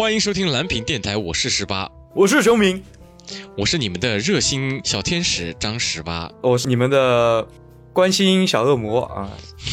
欢迎收听蓝屏电台，我是18， 我是熊明， 我是你们的热心小天使张18， 我是你们的关心小恶魔啊。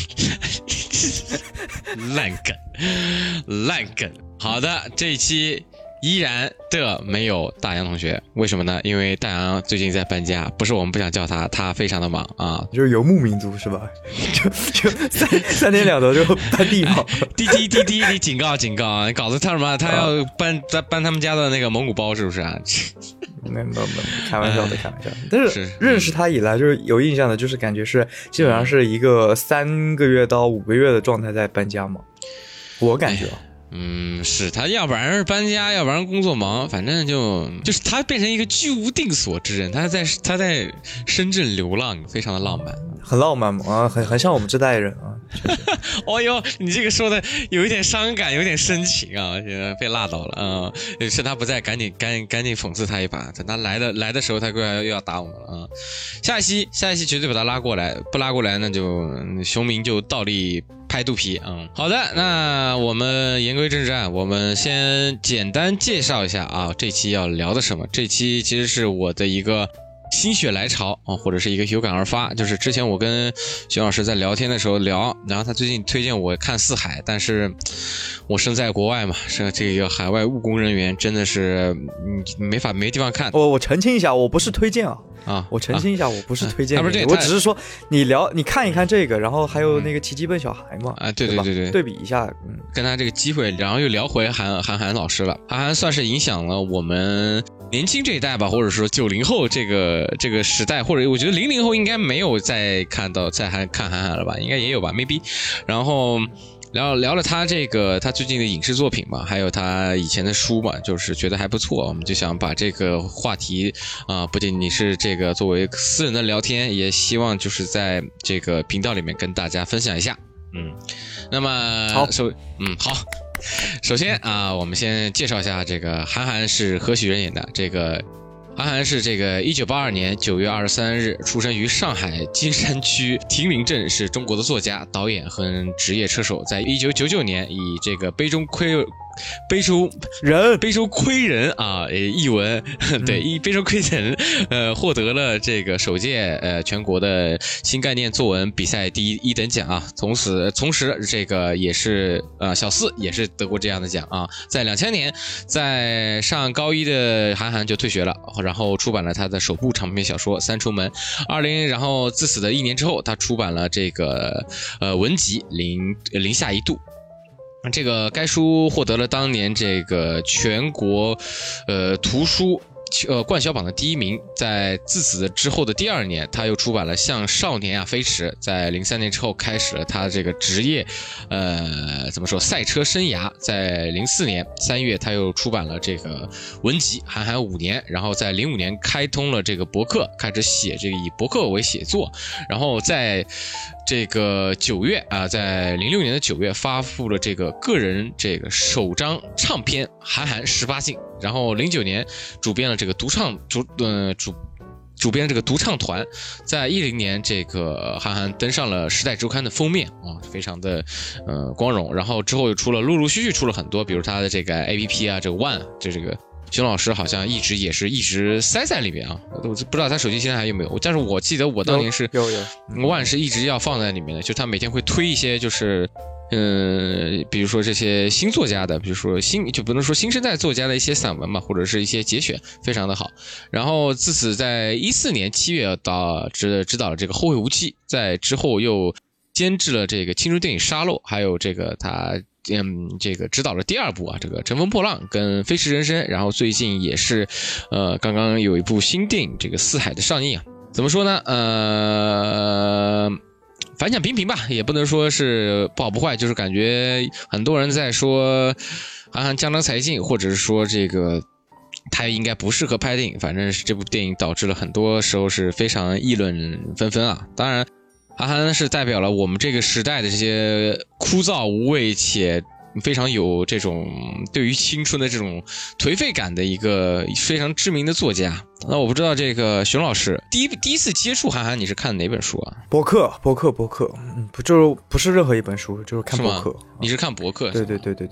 烂梗。好的，这一期依然的没有大洋同学，为什么呢？因为大洋最近在搬家，不是我们不想叫他，他非常的忙啊。 就是游牧民族是吧？就三天两头就搬地方。 滴，你警告，你搞得他什么？他要搬他们家的那个蒙古包是不是啊？ 没，开玩笑的。但是认识他以来，就是有印象的，就是感觉是基本上是一个3个月到5个月的状态在搬家嘛，我感觉。 是他，要不然是搬家，要不然工作忙，反正就是他变成一个居无定所之人。他在深圳流浪，非常的浪漫， 很浪漫嘛啊，很像我们这代人啊。 哦哟，你这个说的有一点伤感，有点深情啊，被辣到了啊！趁他不在，赶紧讽刺他一把。等他来的时候，他又要打我们了啊！下一期绝对把他拉过来，不拉过来那就熊明就倒立拍肚皮啊！好的，那我们言归正传，我们先简单介绍一下啊，这期要聊的什么？这期其实是我的一个心血来潮啊，或者是一个有感而发，就是之前我跟熊老师在聊天的时候聊，然后他最近推荐我看四海，但是我身在国外嘛，是这个海外务工人员，真的是没地方看。 我澄清一下，我不是推荐我澄清一下，我不是推荐你，我只是说你看一看这个，然后还有那个奇迹笨小孩嘛， 对， 对比一下， 跟他这个机会，然后又聊回韩寒老师了。韩寒算是影响了我们年轻这一代吧，或者说90后这个时代，或者我觉得00后应该没有再看韩寒了吧，应该也有吧 maybe。然后聊了他最近的影视作品嘛，还有他以前的书嘛，就是觉得还不错，我们就想把这个话题不仅仅是这个作为私人的聊天，也希望就是在这个频道里面跟大家分享一下。那么好，首先我们先介绍一下这个韩寒是何许人也的。这个韩寒是这个1982年9月23日出生于上海金山区亭林镇，是中国的作家、导演和职业车手。在1999年以这个杯中窥人译文对，杯中窥人获得了这个首届全国的新概念作文比赛第1等奖啊。同时这个也是小四也是得过这样的奖啊。在2000年，在上高一的韩寒就退学了，然后出版了他的首部长篇小说《三重门》。然后自此的1年之后，他出版了这个文集零下1度。这个该书获得了当年这个全国图书灌销榜的第1名。在自此之后的第2年，他又出版了《向少年飞驰》。在03年之后开始了他这个职业赛车生涯。在04年3月，他又出版了这个文集《韩寒5年》。然后在05年开通了这个博客，开始写这个以博客为写作。然后在这个9月在06年的9月发布了这个个人这个首张唱片《韩寒18禁》。然后09年主编了这个独唱团。在10年，这个韩寒登上了《时代周刊》的封面非常的光荣。然后之后又陆续出了很多，比如他的这个 APP 这个 One， 这个熊老师好像一直塞在里面我不知道他手机现在还有没有，但是我记得我当年是有 One 是一直要放在里面的，就他每天会推一些就是比如说这些新作家的，比如说就不能说新生代作家的一些散文嘛，或者是一些节选，非常的好。然后自此在14年7月指导了这个《后会无期》，在之后又监制了这个青春电影《沙漏》，还有这个他这个指导了第2部这个《乘风破浪》跟《飞驰人生》。然后最近也是刚刚有一部新电影这个《四海》的上映怎么说呢反响平平吧，也不能说是不好不坏，就是感觉很多人在说韩寒江郎才尽，或者是说这个他应该不适合拍电影，反正是这部电影导致了很多时候是非常议论纷纷当然韩寒是代表了我们这个时代的这些枯燥无味且非常有这种对于青春的这种颓废感的一个非常知名的作家。那我不知道这个熊老师第一次接触韩寒你是看哪本书博客，不是任何一本书，就是看博客。 你是看博客？ 对。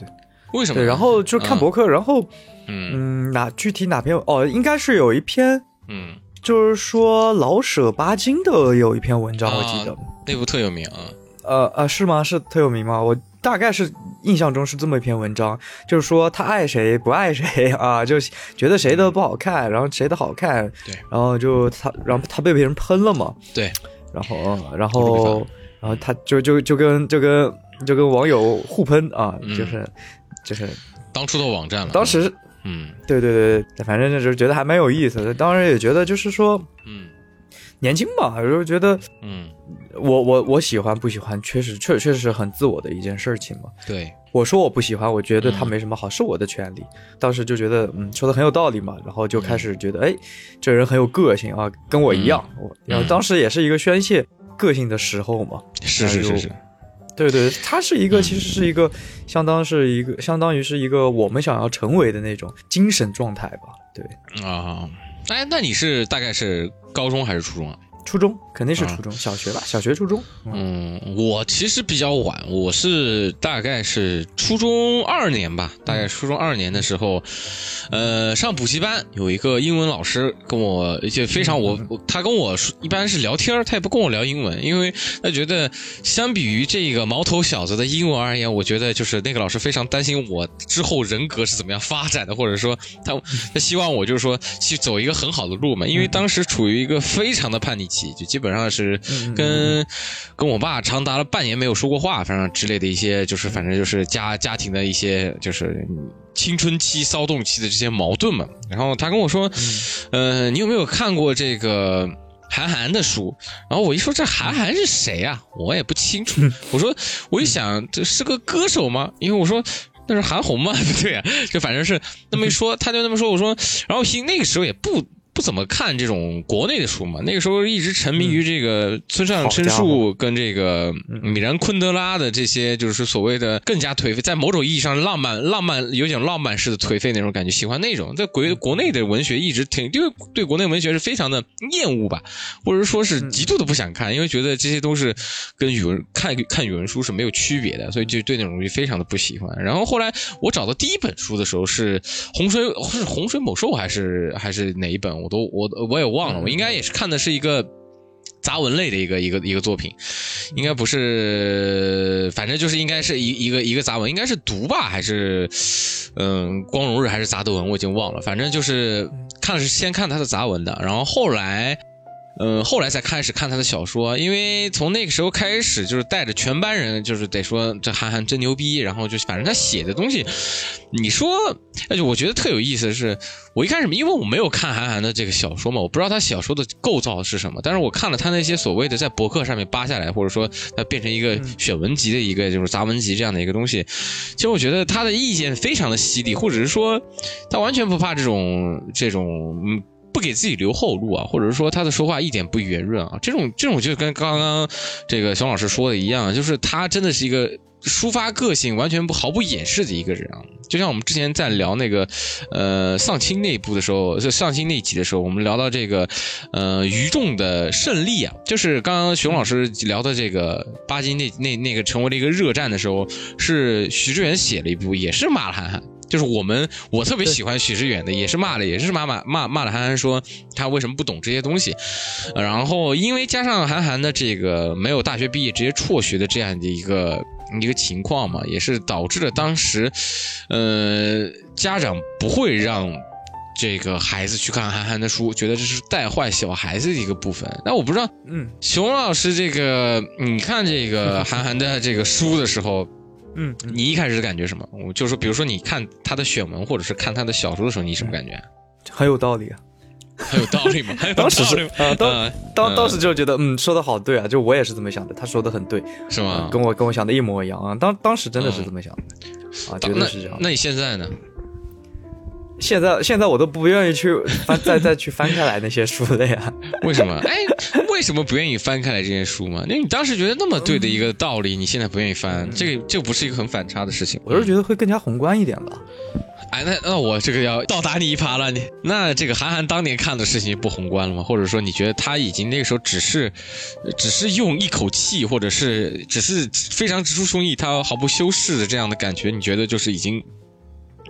为什么？ 对，然后就看博客，然后具体哪篇应该是有一篇就是说老舍巴金的有一篇文章，我记得那部特有名啊。 是吗？是特有名吗？我大概是印象中是这么一篇文章，就是说他爱谁不爱谁啊，就觉得谁的不好看，然后谁的好看， 对， 然后他被别人喷了嘛， 对， 然后他就跟网友互喷啊，就是当初的网站了， 当时对，反正就是觉得还蛮有意思的，当然也觉得就是说年轻嘛，就觉得我喜欢不喜欢确实是很自我的一件事情嘛。 对， 我说我不喜欢，我觉得他没什么好，是我的权利。当时就觉得说的很有道理嘛，然后就开始觉得这人很有个性啊，跟我一样。然后当时也是一个宣泄个性的时候嘛。 是。 对，它是一个其实是一个相当于是一个我们想要成为的那种精神状态吧。对啊，那你是大概是高中还是初中啊？ 初中肯定是初中，小学吧，小学初中。 我其实比较晚，我是大概是初中2年吧，大概初中2年的时候，上补习班，有一个英文老师跟我就非常他跟我一般是聊天，他也不跟我聊英文，因为他觉得相比于这个毛头小子的英文而言，我觉得就是那个老师非常担心我之后人格是怎么样发展的，或者说他希望我就是说去走一个很好的路嘛，因为当时处于一个非常的叛逆期，就基本上是跟我爸长达了半年没有说过话，反正之类的一些，就是反正就是家庭的一些就是青春期骚动期的这些矛盾嘛。然后他跟我说，你有没有看过这个韩寒的书？然后我一说这韩寒是谁啊？我也不清楚。我一想这是个歌手吗？因为我说那是韩红吗？不对啊，就反正是那么一说，他就那么说。我说，然后那个时候也不怎么看这种国内的书嘛，那个时候一直沉迷于这个村上春树跟这个米兰昆德拉的这些，就是所谓的更加颓废，在某种意义上浪漫有点浪漫式的颓废那种感觉，喜欢那种。在国内的文学一直对国内文学是非常的厌恶吧，或者说是极度的不想看，因为觉得这些都是跟看语文书是没有区别的，所以就对那种东西非常的不喜欢。然后后来我找到第一本书的时候是洪水猛兽还是哪一本？我也忘了，我应该也是看的是一个杂文类的一个作品，应该不是，反正就是应该是一个杂文，应该是读吧还是光荣日还是杂德文，我已经忘了，反正就是先看他的杂文的，然后后来才开始看他的小说，因为从那个时候开始就是带着全班人，就是得说这韩寒真牛逼，然后就反正他写的东西，你说，我觉得特有意思的是，我一开始因为我没有看韩寒的这个小说嘛，我不知道他小说的构造是什么，但是我看了他那些所谓的在博客上面扒下来，或者说他变成一个选文集的一个就是杂文集这样的一个东西，其实我觉得他的意见非常的犀利，或者是说他完全不怕这种不给自己留后路啊，或者是说他的说话一点不圆润啊，这种就跟刚刚这个熊老师说的一样，就是他真的是一个抒发个性完全毫不掩饰的一个人啊。就像我们之前在聊那个丧亲那部的时候，丧亲那集的时候，我们聊到这个余仲的胜利啊，就是刚刚熊老师聊的这个巴金那个成为了一个热战的时候，是徐志远写了一部，也是骂了韩寒。就是我特别喜欢许知远的，也是骂了韩寒，说他为什么不懂这些东西，然后因为加上韩寒的这个没有大学毕业直接辍学的这样的一个情况嘛，也是导致了当时家长不会让这个孩子去看韩寒的书，觉得这是带坏小孩子的一个部分。但我不知道熊老师这个你看这个韩寒的这个书的时候，你一开始的感觉什么？我就说，比如说你看他的选文，或者是看他的小说的时候，你什么感觉？ 很有道理啊， 很有道理吗？ 当时是当时就觉得说的好对啊，就我也是这么想的，他说的很对， 是吗？ 跟我想的一模一样啊。当时真的是这么想的绝对是这样。 那你现在呢？ 现在我都不愿意去再去翻开来那些书了呀。 为什么？为什么不愿意翻开来这些书吗？那你当时觉得那么对的一个道理，你现在不愿意翻，这不是一个很反差的事情。 我是觉得会更加宏观一点吧。 那我这个要倒打你一耙了，那这个韩寒当年看的事情不宏观了吗？或者说你觉得他已经那个时候只是用一口气，或者是只是非常直抒胸臆，他毫不修饰的这样的感觉，你觉得就是已经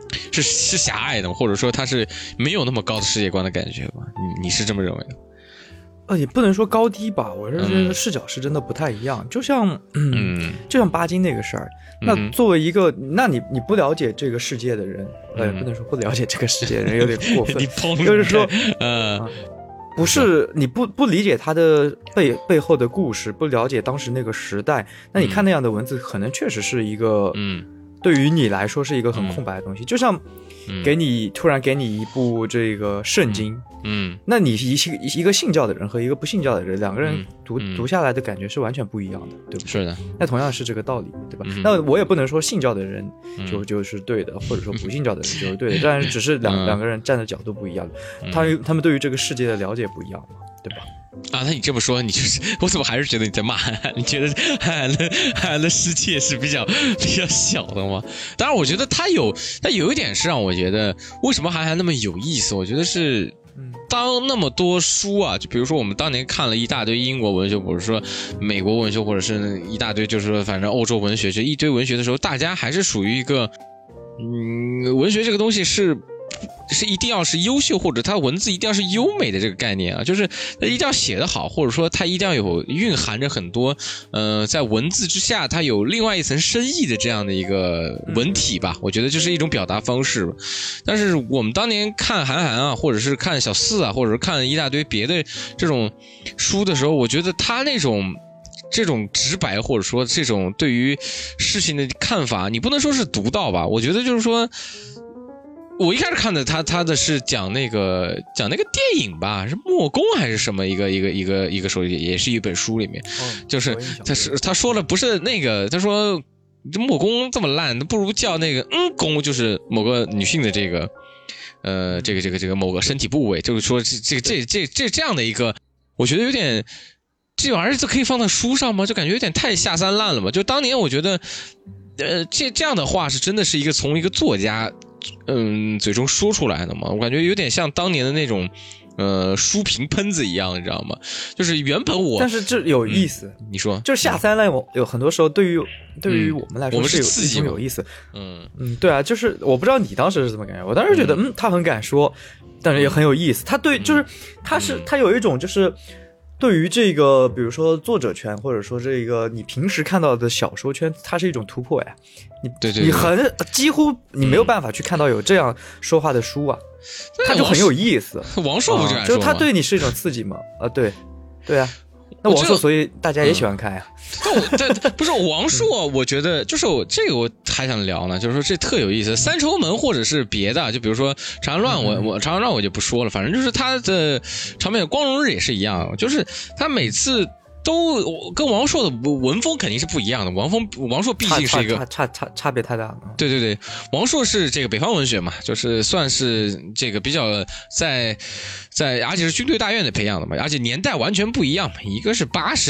是狭隘的，或者说它是没有那么高的世界观的感觉吗？你是这么认为的？ 也不能说高低吧，我是觉得视角是真的不太一样。就像巴金那个事儿，那作为一个，那你不了解这个世界的人，不能说不了解这个世界的人有点过分，就是说，不是你不理解他的背后的故事，不了解当时那个时代，那你看那样的文字，可能确实是一个，对于你来说是一个很空白的东西，就像突然给你一部这个圣经。那你一个信教的人和一个不信教的人，两个人读下来的感觉是完全不一样的，对吧？ 是的。 那同样是这个道理，对吧？那我也不能说信教的人就是对的，或者说不信教的人就是对的，但是只是两个人站的角度不一样，他们对于这个世界的了解不一样嘛，对吧？ 啊，那你这么说，你就是我怎么还是觉得你在骂韩寒？你觉得韩寒的世界是比较小的吗？当然，我觉得他有一点是让我觉得为什么韩寒那么有意思？我觉得是。当那么多书啊，就比如说我们当年看了一大堆英国文学，或者说美国文学，或者是一大堆就是说反正欧洲文学，就一堆文学的时候，大家还是属于一个文学这个东西是一定要是优秀，或者它文字一定要是优美的这个概念啊，就是它一定要写得好，或者说它一定要有蕴含着很多在文字之下它有另外一层深意的这样的一个文体吧，我觉得就是一种表达方式吧。但是我们当年看韩寒啊，或者是看小四啊，或者是看一大堆别的这种书的时候，我觉得他这种直白，或者说这种对于事情的看法，你不能说是独到吧，我觉得就是说我一开始看的他的是讲那个电影吧，是莫公还是什么一个手里也是一本书里面，就是他说的不是那个，他说这莫公这么烂，不如叫那个公，就是某个女性的这个这个某个身体部位，就是说这样的一个，我觉得有点这玩意儿可以放在书上吗？就感觉有点太下三滥了嘛。就当年我觉得这样的话是真的是一个从一个作家嘴中说出来的嘛，我感觉有点像当年的那种书评喷子一样，你知道吗？就是原本但是这有意思， 你说就是下三滥有很多时候对于我们来说是刺激有意思，对啊，就是我不知道你当时是怎么感觉，我当时觉得他很敢说，但是也很有意思，他对就是他有一种就是对于这个比如说作者圈，或者说这个你平时看到的小说圈，它是一种突破呀。 对你几乎你没有办法去看到有这样说话的书啊，它就很有意思。 王朔不就就是他对你是一种刺激嘛？对啊。那王朔所以大家也喜欢看呀。 不是王朔，我觉得就是这个我还想聊呢，就是说这特有意思。三重门或者是别的，就比如说长安乱，长安乱我就不说了，反正就是他的长篇光荣日也是一样，就是他每次都跟王朔的文风肯定是不一样的。王朔毕竟是一个差别太大了。 对，王朔是这个北方文学嘛，就是算是这个比较在而且是军队大院的培养的嘛，而且年代完全不一样嘛，一个是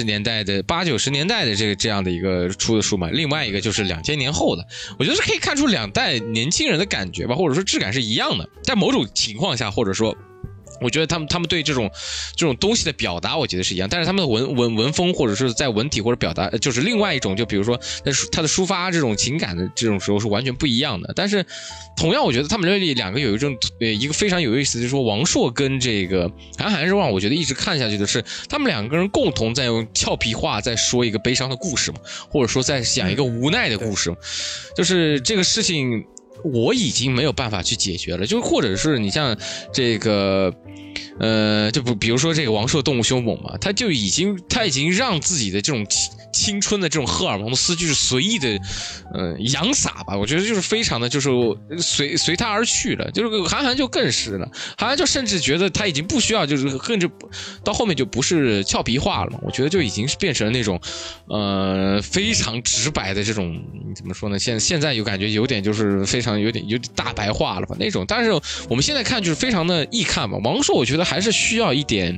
80、90年代的这样的一个出的书嘛，另外一个就是2000年后的，我觉得是可以看出两代年轻人的感觉吧，或者说质感是一样的，在某种情况下，或者说我觉得他们对这种东西的表达，我觉得是一样，但是他们的文风或者是在文体或者表达，就是另外一种，就比如说他的抒发这种情感的这种时候是完全不一样的。但是同样，我觉得他们这里两个有一个非常有意思，就是说王朔跟这个韩寒是让我觉得一直看下去的是，他们两个人共同在用俏皮话在说一个悲伤的故事嘛，或者说在讲一个无奈的故事嘛，就是这个事情。我已经没有办法去解决了，就或者是你像这个就比如说这个王朔动物凶猛嘛，他已经让自己的这种青春的这种荷尔蒙的丝就是随意的扬洒吧，我觉得就是非常的就是随他而去了。就是韩寒就更是了，韩寒就甚至觉得他已经不需要，就是甚至到后面就不是俏皮话了嘛，我觉得就已经是变成了那种非常直白的这种怎么说呢，现在有感觉有点就是非常有点大白话了吧那种，但是我们现在看就是非常的易看嘛。王朔我觉得还是需要一点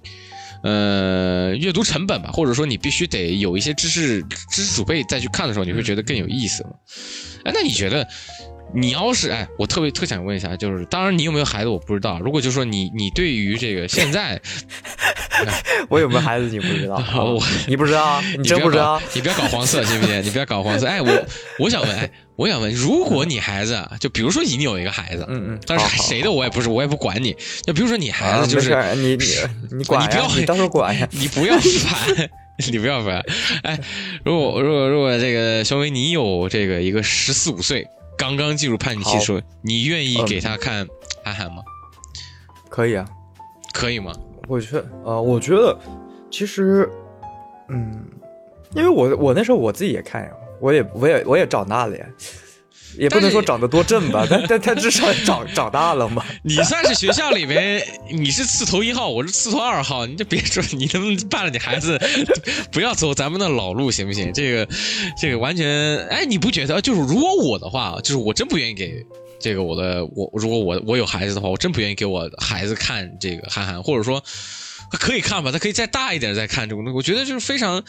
阅读成本吧，或者说你必须得有一些知识储备再去看的时候，你会觉得更有意思了。哎，那你觉得你要是我特想问一下，就是当然你有没有孩子我不知道，如果就说你对于这个现在我有没有孩子你不知道你不知道，你真不知道， 你不要搞黄色行不行？你不要搞黄色。我想问，如果你孩子就比如说你有一个孩子，但是谁的我也不管你，就比如说你孩子就是你管呀，你到时候管呀， 你不要烦。你不要烦，如果这个小伟你有这个一个14、15岁刚刚进入叛逆期的时候，你愿意给他看韩寒吗？ 可以啊， 可以吗？ 我觉得其实，因为我那时候我自己也看呀，我也长大了呀。也不能说长得多正吧，但他至少长大了嘛。 你算是学校里面，你是刺头1号，我是刺头2号，你就别说你能不能办了你孩子，不要走咱们的老路行不行？这个完全，你不觉得？就是如果我的话，就是我真不愿意给这个如果我有孩子的话，我真不愿意给我孩子看这个韩寒，或者说可以看吧，他可以再大一点再看这种东西，我觉得就是非常，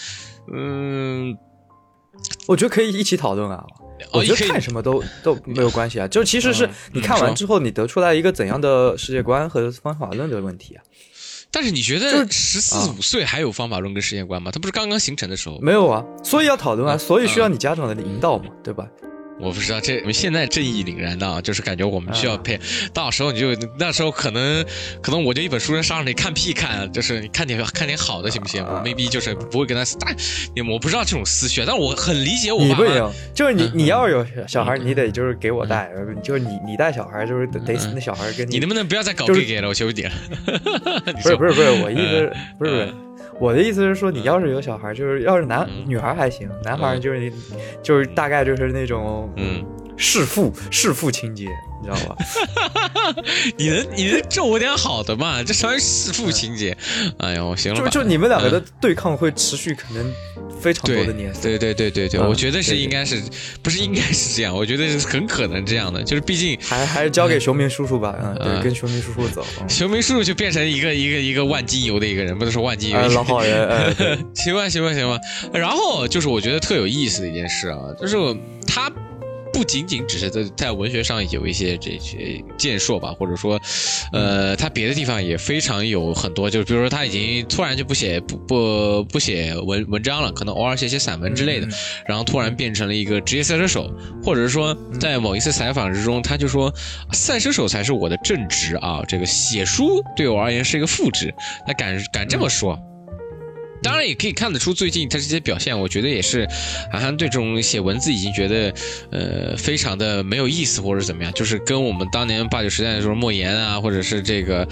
我觉得可以一起讨论啊。我觉得看什么都没有关系啊，就其实是你看完之后你得出来一个怎样的世界观和方法论的问题啊。 但是你觉得14、15岁还有方法论跟世界观吗？他不是刚刚形成的时候？ 没有啊，所以要讨论啊，所以需要你家长的引导嘛，对吧？ 我不知道，我们现在正义凛然的，就是感觉我们需要配，到时候那时候可能我就一本书上你看屁看，就是你看点好的行不行？我 maybe 就是不会跟他，我不知道这种思绪，但我很理解我爸妈。 你不行，就是你要有小孩，你得就是给我带，就是你带小孩，就是得那小孩跟你。 你能不能不要再搞 gay 了？我求你点。 不是，我意思不是。我的意思是说，你要是有小孩，就是要是女孩还行，男孩就是大概就是那种弑父情节，你知道吧？ 你能咒我点好的嘛？这什么弑父情节？哎呦，行了吧？ 就你们两个的对抗会持续可能非常多的年。 对，我觉得应该是不是应该是这样？我觉得是很可能这样的，就是毕竟还是交给熊明叔叔吧，对，跟熊明叔叔走。 熊明叔叔就变成一个万金油的一个人，不能说万金油。 老好人， 行吧。然后就是我觉得特有意思的一件事啊，就是他不仅仅只是在文学上有一些这些建树吧，或者说，他别的地方也非常有很多，就是比如说他已经突然就不写文章了，可能偶尔写散文之类的，然后突然变成了一个职业赛车手，或者是说在某一次采访之中，他就说赛车手才是我的正职啊，这个写书对我而言是一个副职，他敢这么说。当然也可以看得出最近他这些表现，我觉得也是韩寒对这种写文字已经觉得非常的没有意思或者怎么样，就是跟我们当年8、9时代的时候莫言啊，或者是这个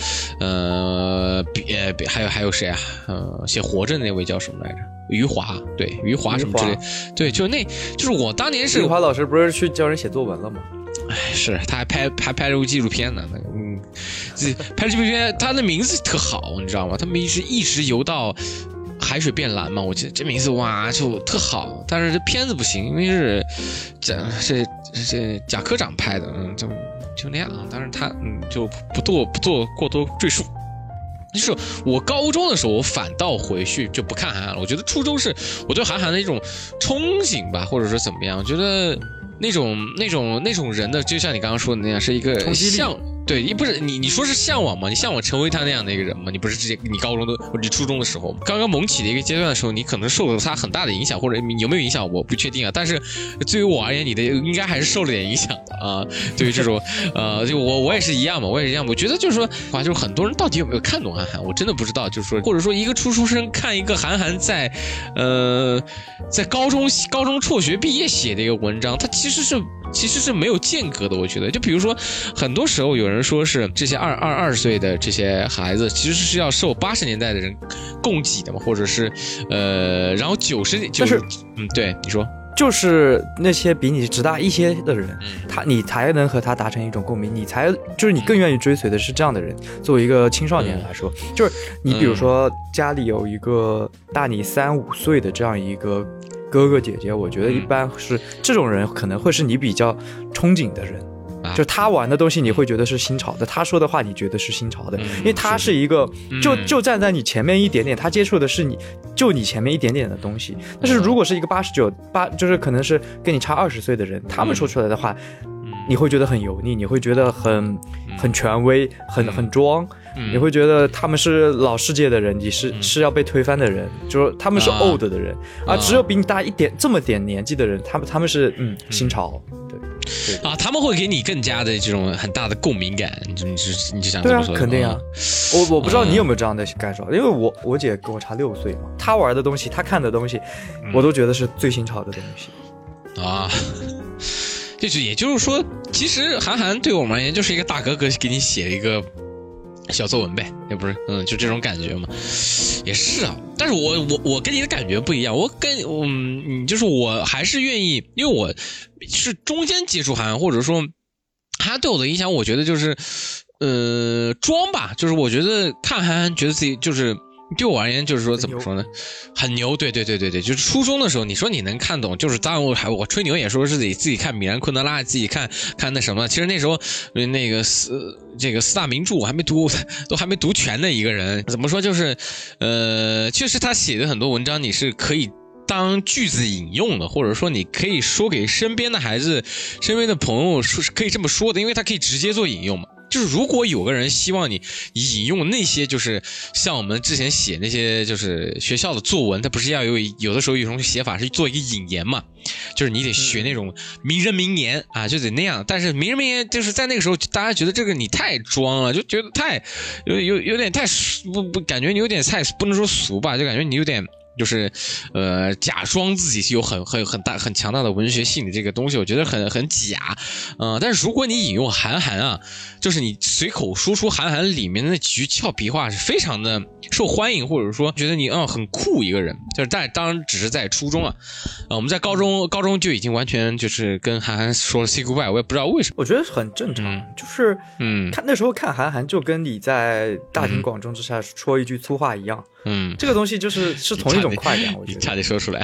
还有谁啊，写活着的那位叫什么来着，余华，对，余华什么之类，对，就是我当年是余华老师不是去教人写作文了吗？ 是他还拍了部纪录片呢，拍了纪录片，他的名字特好，你知道吗？他们一直游到海水变蓝嘛，我记得这名字哇就特好，但是这片子不行，因为是这贾科长拍的，就那样，但是他就不做过多赘述。就是我高中的时候，我反倒回去就不看韩寒了。我觉得初中是我对韩寒的一种憧憬吧，或者说怎么样？我觉得那种人的，就像你刚刚说的那样，是一个像。对，不是你说是向往吗？你向往成为他那样的一个人吗？你不是你高中的或者初中的时候，刚刚萌起的一个阶段的时候，你可能受了他很大的影响，或者有没有影响我不确定啊。但是对于我而言，你的应该还是受了点影响的啊。对于这种就我也是一样嘛，我觉得就是说就是很多人到底有没有看懂韩寒，我真的不知道。就是说，或者说一个初中生看一个韩寒在高中辍学毕业写的一个文章，他其实是没有间隔的。我觉得，就比如说很多时候有人说是这些20岁的这些孩子其实是要受80年代的人供给的嘛，或者是然后90对你说， 就是那些比你直大一些的人，你才能和他达成一种共鸣，就是你更愿意追随的是这样的人。作为一个青少年来说，就是你比如说家里有一个大你3、5岁的这样一个哥哥姐姐，我觉得一般是这种人可能会是你比较憧憬的人。就他玩的东西你会觉得是新潮的，他说的话你觉得是新潮的，因为他是一个就站在你前面一点点，他接触的是你前面一点点的东西。但是如果是一个89就是可能是跟你差20岁的人，他们说出来的话你会觉得很油腻，你会觉得很权威，很装，你会觉得他们是老世界的人，你是要被推翻的人，就是他们是 old 的人，只有比你大这么点年纪的人，他们是新潮，对啊，他们会给你更加的这种很大的共鸣感，你就想这么说？ 对啊，肯定啊，我不知道你有没有这样的感受，因为我姐跟我差6岁嘛，她玩的东西，她看的东西，我都觉得是最新潮的东西啊。也就是说，其实韩寒对我们而言就是一个大哥哥给你写一个小作文呗，也不是，就这种感觉嘛，也是啊。但是我跟你的感觉不一样，就是我还是愿意，因为我是中间接触韩寒，或者说韩寒对我的影响，我觉得就是装吧，就是我觉得看韩寒觉得自己就是。对我而言，就是说怎么说呢，很牛，对，就是初中的时候，你说你能看懂，就是当然我吹牛也说是自己看米兰昆德拉，自己看那什么，其实那时候那个这个四大名著我都还没读全的一个人，怎么说就是确实他写的很多文章你是可以当句子引用的，或者说你可以说给身边的孩子、身边的朋友说，可以这么说的，因为他可以直接做引用嘛。就是如果有个人希望你引用那些，就是像我们之前写那些就是学校的作文，它不是要有的时候有一种写法是做一个引言嘛，就是你得学那种名人名言啊，就得那样。但是名人名言就是在那个时候，大家觉得这个你太装了，就觉得太有点太不感觉你有点太不能说俗吧，就感觉你有点。就是假装自己是有很强大的文学性的这个东西，我觉得很假，但是如果你引用韩寒啊，就是你随口说出韩寒里面的那几句俏皮话，是非常的受欢迎，或者说觉得你很酷一个人，就是当然只是在初中啊，我们在高中就已经完全就是跟韩寒说了 say goodbye， 我也不知道为什么， 我觉得很正常，就是那时候看韩寒就跟你在大庭广众之下说一句粗话一样。这个东西是同一种快感，我觉得。 你差点说出来。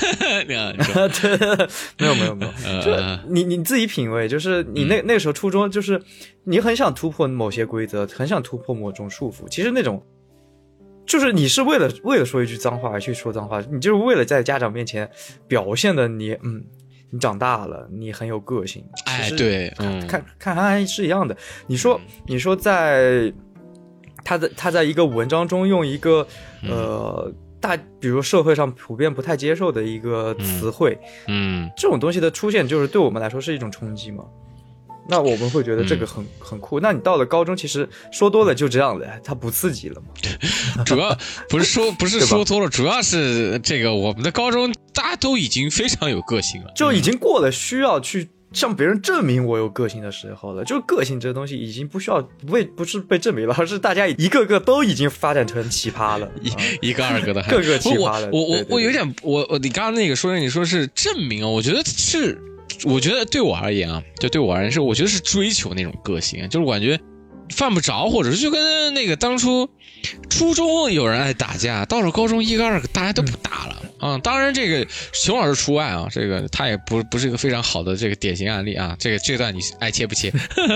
没有，就你自己品味，就是你那个时候初中，就是你很想突破某些规则，很想突破某种束缚。其实那种，就是你是为了说一句脏话而去说脏话，你就是为了在家长面前表现的你长大了，你很有个性。 哎，对， 看韩寒是一样的。你说在。他在一个文章中用一个比如社会上普遍不太接受的一个词汇，这种东西的出现就是对我们来说是一种冲击嘛。那我们会觉得这个很酷。那你到了高中，其实说多了就这样了，它不刺激了嘛。 主要不是说多了，主要是这个我们的高中大家都已经非常有个性了， 就已经过了需要去向别人证明我有个性的时候了。就是个性这个东西已经不是被证明了，而是大家一个个都已经发展成奇葩了， 一个二个的， 各个奇葩了。 我有点你刚刚那个你说是证明啊，我觉得对我而言啊，就对我而言是，我觉得是追求那种个性，就是我感觉犯不着，或者是就跟那个当初初中有人爱打架，到了高中一个二个大家都不打了啊。当然这个熊老师除外啊，这个他也不是一个非常好的这个典型案例啊。这段你爱切不切？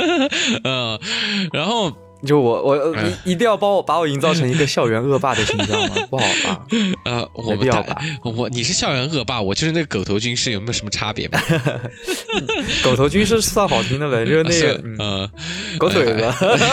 然后。 就你一定要把我营造成一个校园恶霸的形象吗？不好吧？ 我们你是校园恶霸，我就是那个狗头军师，有没有什么差别吗？ 狗头军师算好听的了，就是那个狗腿子。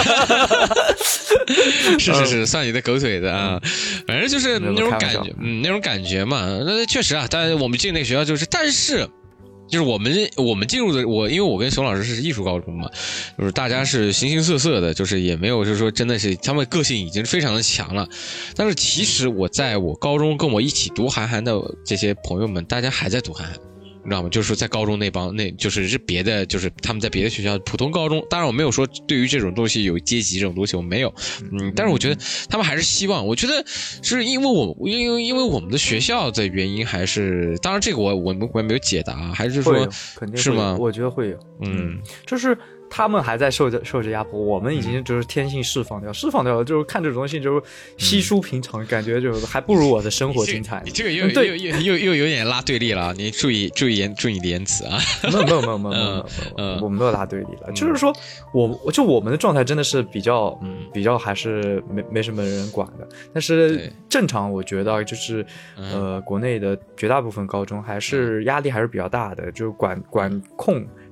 是算你的狗腿子啊，反正就是那种感觉，那种感觉嘛。那确实啊，但是我们进那个学校就是，但是。就是我们进入的因为我跟熊老师是艺术高中嘛，就是大家是形形色色的，就是也没有就是说真的是他们个性已经非常的强了，但是其实我在我高中跟我一起读韩寒的这些朋友们，大家还在读韩寒。你知道吗？就是说在高中就是别的，就是他们在别的学校普通高中，当然我没有说对于这种东西有阶级这种东西我没有，但是我觉得他们还是希望，我觉得是因为我们的学校的原因，还是当然这个我没有解答，还是说肯定是吗？ 我觉得会有，就是他们还在受着压迫，我们已经就是天性释放掉了，就是看这种东西就是稀疏平常，感觉就是还不如我的生活精彩。 你这个又有点拉对立了，你注意你的言辞啊！ 没有，我们没有拉对立了，就是说我们的状态真的是比较还是没什么人管的，但是正常我觉得就是国内的绝大部分高中还是压力还是比较大的，就是管控。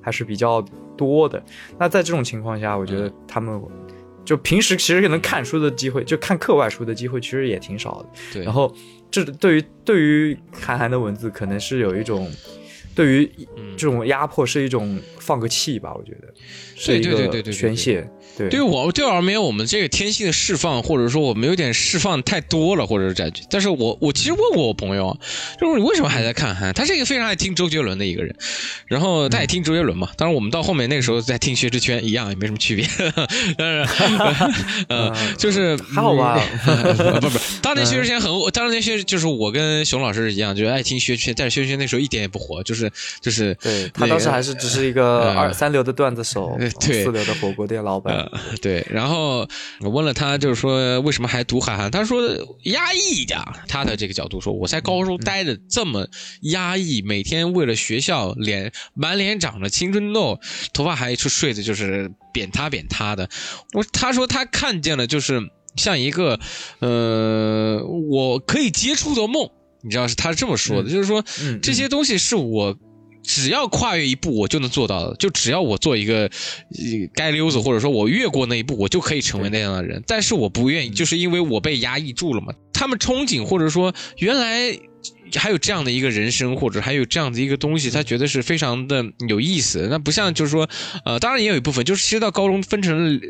还是比较多的。那在这种情况下，我觉得他们就平时其实能看书的机会，就看课外书的机会其实也挺少的。 对， 然后这对于韩寒的文字可能是有一种对于这种压迫是一种放个气吧，我觉得是一个宣泄。对我而言，我们这个天性的释放，或者说我们有点释放太多了，或者是感觉。但是我其实问过我朋友，就是你为什么还在看韩？他是一个非常爱听周杰伦的一个人，然后他也听周杰伦嘛。当然我们到后面那个时候在听薛之谦一样，也没什么区别。但是就是还好吧？ 不，当年薛之谦当年就是我跟熊老师一样，就爱听薛之谦，但是薛之谦那时候一点也不火，就是对他当时还是只是一个3流的段子手，4流的火锅店老板。 对，然后我问了他，就是说为什么还读韩寒？他说压抑一点。他的这个角度说，我在高中待的这么压抑，每天为了学校满脸长着青春痘，头发还一处睡的就是扁塌的。他说他看见了，就是像一个我可以接触的梦，你知道是他这么说的，就是说这些东西是我只要跨越一步我就能做到的，就只要我做一个街溜子，或者说我越过那一步我就可以成为那样的人，但是我不愿意，就是因为我被压抑住了嘛。他们憧憬或者说原来还有这样的一个人生，或者还有这样的一个东西，他觉得是非常的有意思。那不像就是说当然也有一部分就是其实到高中分成了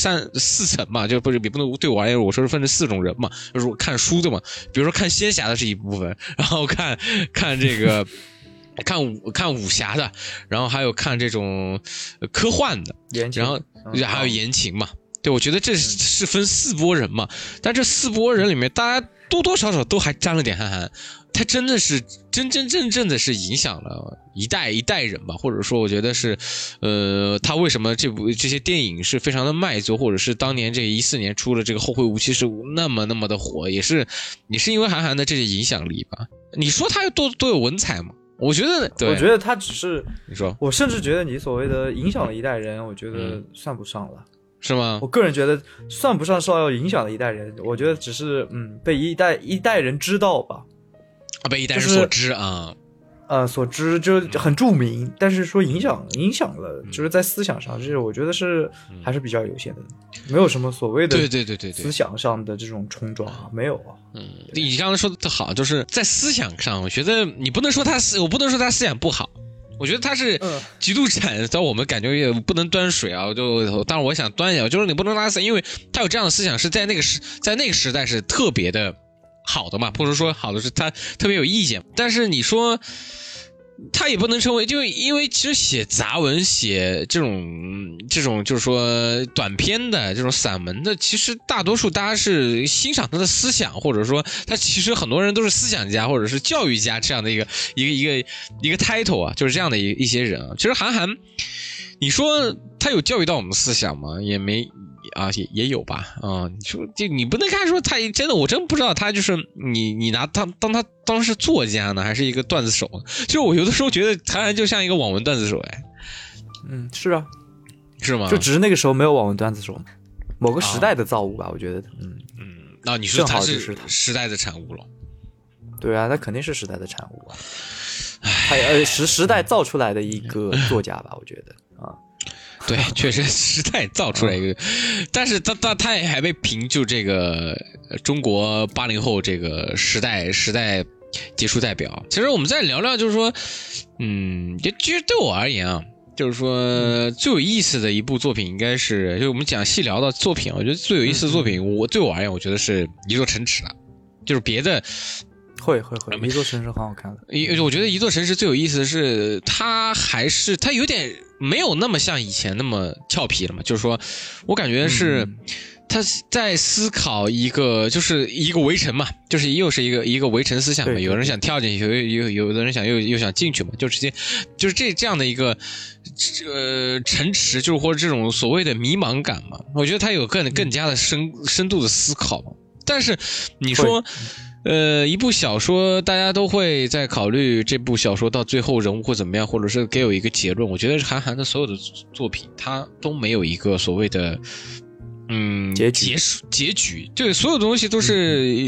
4层嘛，就不是也不能对我而言我说是分成4种人嘛，就是我看书的嘛，比如说看仙侠的是一部分，然后看这个看武侠的，然后还有看这种科幻的，然后还有言情嘛。对，我觉得这是分4波人嘛，但这4波人里面大家多多少少都还沾了点韩寒，他真的是真正的是影响了一代人吧，或者说我觉得是他为什么这些电影是非常的卖座，或者是当年这个14年出了这个后会无期是那么的火，也是因为韩寒的这些影响力吧。你说他有多有文采吗？我觉得他只是， 你说，我甚至觉得你所谓的影响了一代人，我觉得算不上了。 是吗？ 我个人觉得算不上受到影响的一代人，我觉得只是被一代人知道吧， 被一代人所知啊， 所知就很著名，但是说影响了，就是在思想上，就是我觉得是还是比较有限的，没有什么所谓的对思想上的这种冲撞啊，没有啊。 你刚刚说的好，就是在思想上，我觉得我不能说他思想不好。我觉得他是极度但我们感觉也不能端水啊，当然我想端一下，就是你不能拉死，因为他有这样的思想是在那个时代是特别的好的嘛，或者说好的是他特别有意见，但是你说他也不能称为，就因为其实写杂文写这种就是说短篇的这种散文的，其实大多数大家是欣赏他的思想，或者说他其实很多人都是思想家或者是教育家这样的一个 title 啊，就是这样的一些人啊。其实韩寒你说他有教育到我们思想吗？也没啊，也有吧啊。你说就你不能看说他真的，我真不知道他就是你拿他当是作家呢，还是一个段子手呢？就是我有的时候觉得韩寒就像一个网文段子手哎。 是啊， 是吗？ 就只是那个时候没有网文段子手，某个时代的造物吧，我觉得。 你说他是时代的产物了。 对啊，他肯定是时代的产物啊。他时代造出来的一个作家吧，我觉得啊。 对，确实时代造出来一个，但是他也还被评就这个中国80后这个时代杰出代表。其实我们再聊聊，就是说，其实对我而言啊，就是说最有意思的一部作品应该是，就我们细聊到作品，我觉得最有意思的作品，对我而言，我觉得是《一座城池》了，就是别的。 会，一座城市很好看的。 我觉得一座城市最有意思的是，它有点没有那么像以前那么俏皮了嘛。就是说我感觉是他在思考一个，就是一个围城嘛，就是又是一个围城思想嘛。有人想跳进去，有的人想又想进去嘛，就直接就是这样的一个城池，就是或者这种所谓的迷茫感嘛。我觉得他有更加的深度的思考。但是你说一部小说大家都会在考虑这部小说到最后人物会怎么样，或者是给有一个结论。我觉得韩寒的所有的作品他都没有一个所谓的结局，对，所有东西都是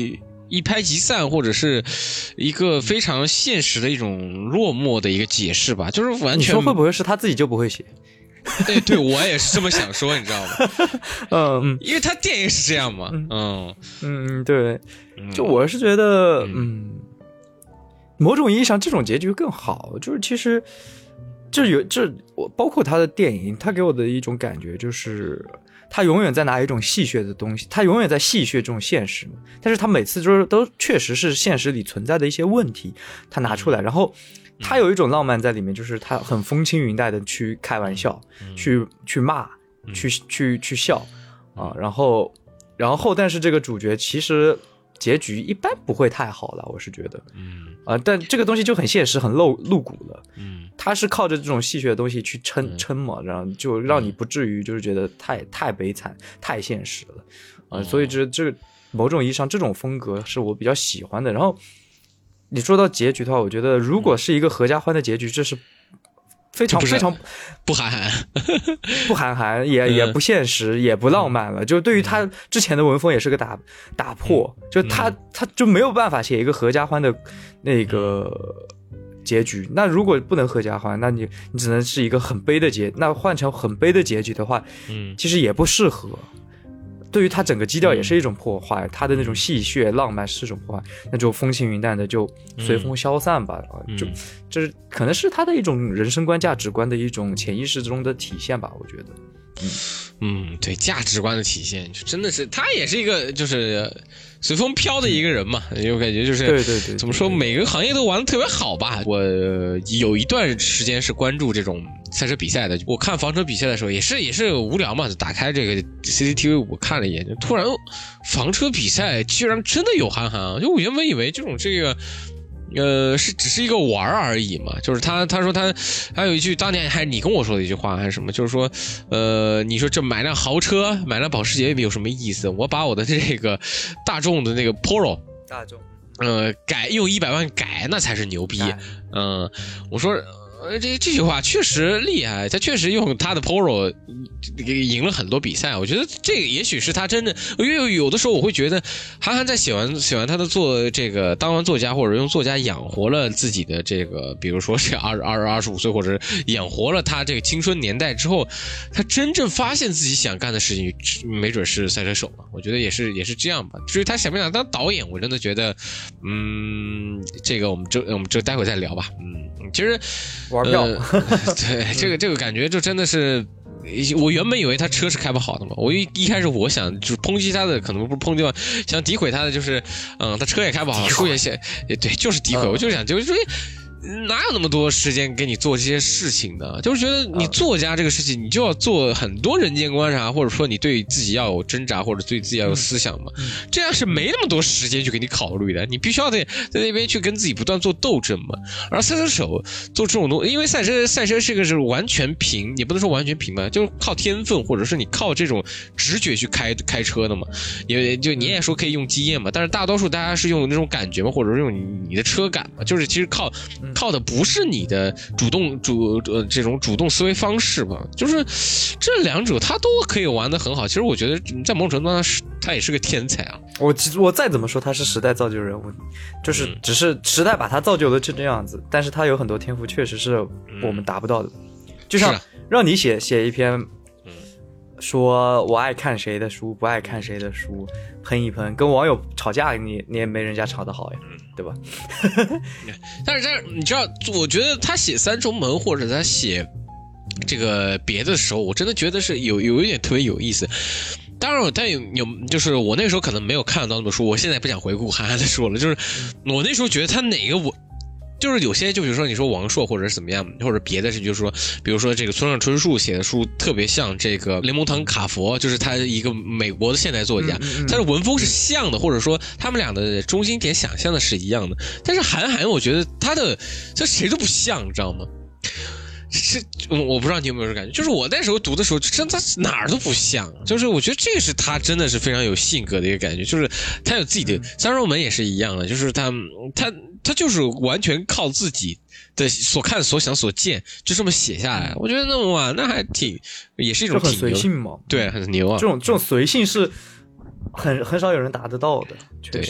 一拍即散，或者是一个非常现实的一种落寞的一个解释吧，就是完全。你说会不会是他自己就不会写？ 对，我也是这么想说，你知道吗？因为他电影是这样嘛。 对，就我是觉得，某种意义上这种结局更好，就是其实我包括他的电影，他给我的一种感觉就是。他永远在拿一种戏谑的东西，他永远在戏谑这种现实，但是他每次都确实是现实里存在的一些问题，他拿出来，然后他有一种浪漫在里面，就是他很风轻云淡的去开玩笑，去骂，去笑啊，然后但是这个主角其实结局一般不会太好了，我是觉得，但这个东西就很现实，很露骨了，他是靠着这种戏谑的东西去撑嘛，然后就让你不至于就是觉得太悲惨、太现实了，所以这个某种意义上这种风格是我比较喜欢的。然后你说到结局的话，我觉得如果是一个合家欢的结局，这是非常不韩寒， 也不现实，也不浪漫了。就对于他之前的文风也是个打破，就他就没有办法写一个合家欢的那个结局。那如果不能合家欢，那你只能是一个很悲的那换成很悲的结局的话，其实也不适合。对于他整个基调也是一种破坏，他的那种戏谑浪漫是一种破坏，那就风轻云淡的就随风消散吧，就这可能是他的一种人生观价值观的一种潜意识中的体现吧，我觉得。 对，价值观的体现，就真的是他也是一个就是随风飘的一个人嘛，有感觉就是对， 怎么说，每个行业都玩得特别好吧。我有一段时间是关注这种赛车比赛的，我看房车比赛的时候也是无聊嘛，就打开这个 CCTV 我看了一眼，就突然房车比赛居然真的有韩寒啊！就我原本以为这个。只是一个玩而已嘛，就是他说他还有一句当年还是你跟我说的一句话还是什么，就是说你说这买辆豪车买辆保时捷有什么意思，我把我的这个大众的那个 Polo 用100万改那才是牛逼。我说这句话确实厉害，他确实用他的 Polo 赢了很多比赛。我觉得这个也许是他真的，因为有的时候我会觉得韩寒在写完他的当完作家或者用作家养活了自己的这个，比如说这25岁或者养活了他这个青春年代之后，他真正发现自己想干的事情没准是赛车手嘛。我觉得也是这样吧。至于他想不想当导演，我真的觉得这个我们这待会再聊吧。其实玩票对这个感觉就真的是，我原本以为他车是开不好的嘛，我一开始我想就是抨击他的，可能不是抨击吧，想诋毁他的就是他车也开不好，书也写，对，就是诋毁。我就想就是说哪有那么多时间给你做这些事情呢？就是觉得你作家这个事情，你就要做很多人间观察，或者说你对自己要有挣扎，或者对自己要有思想嘛。这样是没那么多时间去给你考虑的，你必须要在那边去跟自己不断做斗争嘛。而赛车手做这种东西，因为赛车这个是完全凭，也不能说完全凭吧，就是靠天分，或者是你靠这种直觉去开车的嘛。就你也说可以用经验嘛，但是大多数大家是用那种感觉嘛，或者是用你的车感嘛，就是其实靠的不是你的这种主动思维方式吧，就是这两者他都可以玩得很好。其实我觉得在某种程度上他也是个天才啊。 我再怎么说他是时代造就人物，就是只是时代把他造就的这样子，但是他有很多天赋确实是我们达不到的。就像让你写一篇说我爱看谁的书不爱看谁的书，喷一喷，跟网友吵架你也没人家吵得好呀，对吧？ 但是你知道，我觉得他写三重门或者他写这个别的时候，我真的觉得是有一点特别有意思。当然但有就是我那时候可能没有看到那本书，我现在不想回顾韩寒的书了，就是我那时候觉得他哪个就是有些，就比如说你说王朔或者是怎么样，或者别的是，就是说，比如说这个村上春树写的书特别像这个雷蒙唐卡佛，就是他一个美国的现代作家，他的文风是像的，或者说他们俩的中心点想象的是一样的。但是韩寒，我觉得这谁都不像，你知道吗？我不知道你有没有这感觉，就是我那时候读的时候，真的他哪儿都不像，就是我觉得这个是他真的是非常有性格的一个感觉，就是他有自己的三重门也是一样的，就是他就是完全靠自己的所看所想所见就这么写下来，我觉得那还也是一种很随性嘛， 对，很牛啊， 这种随性是很少有人达得到的，确实。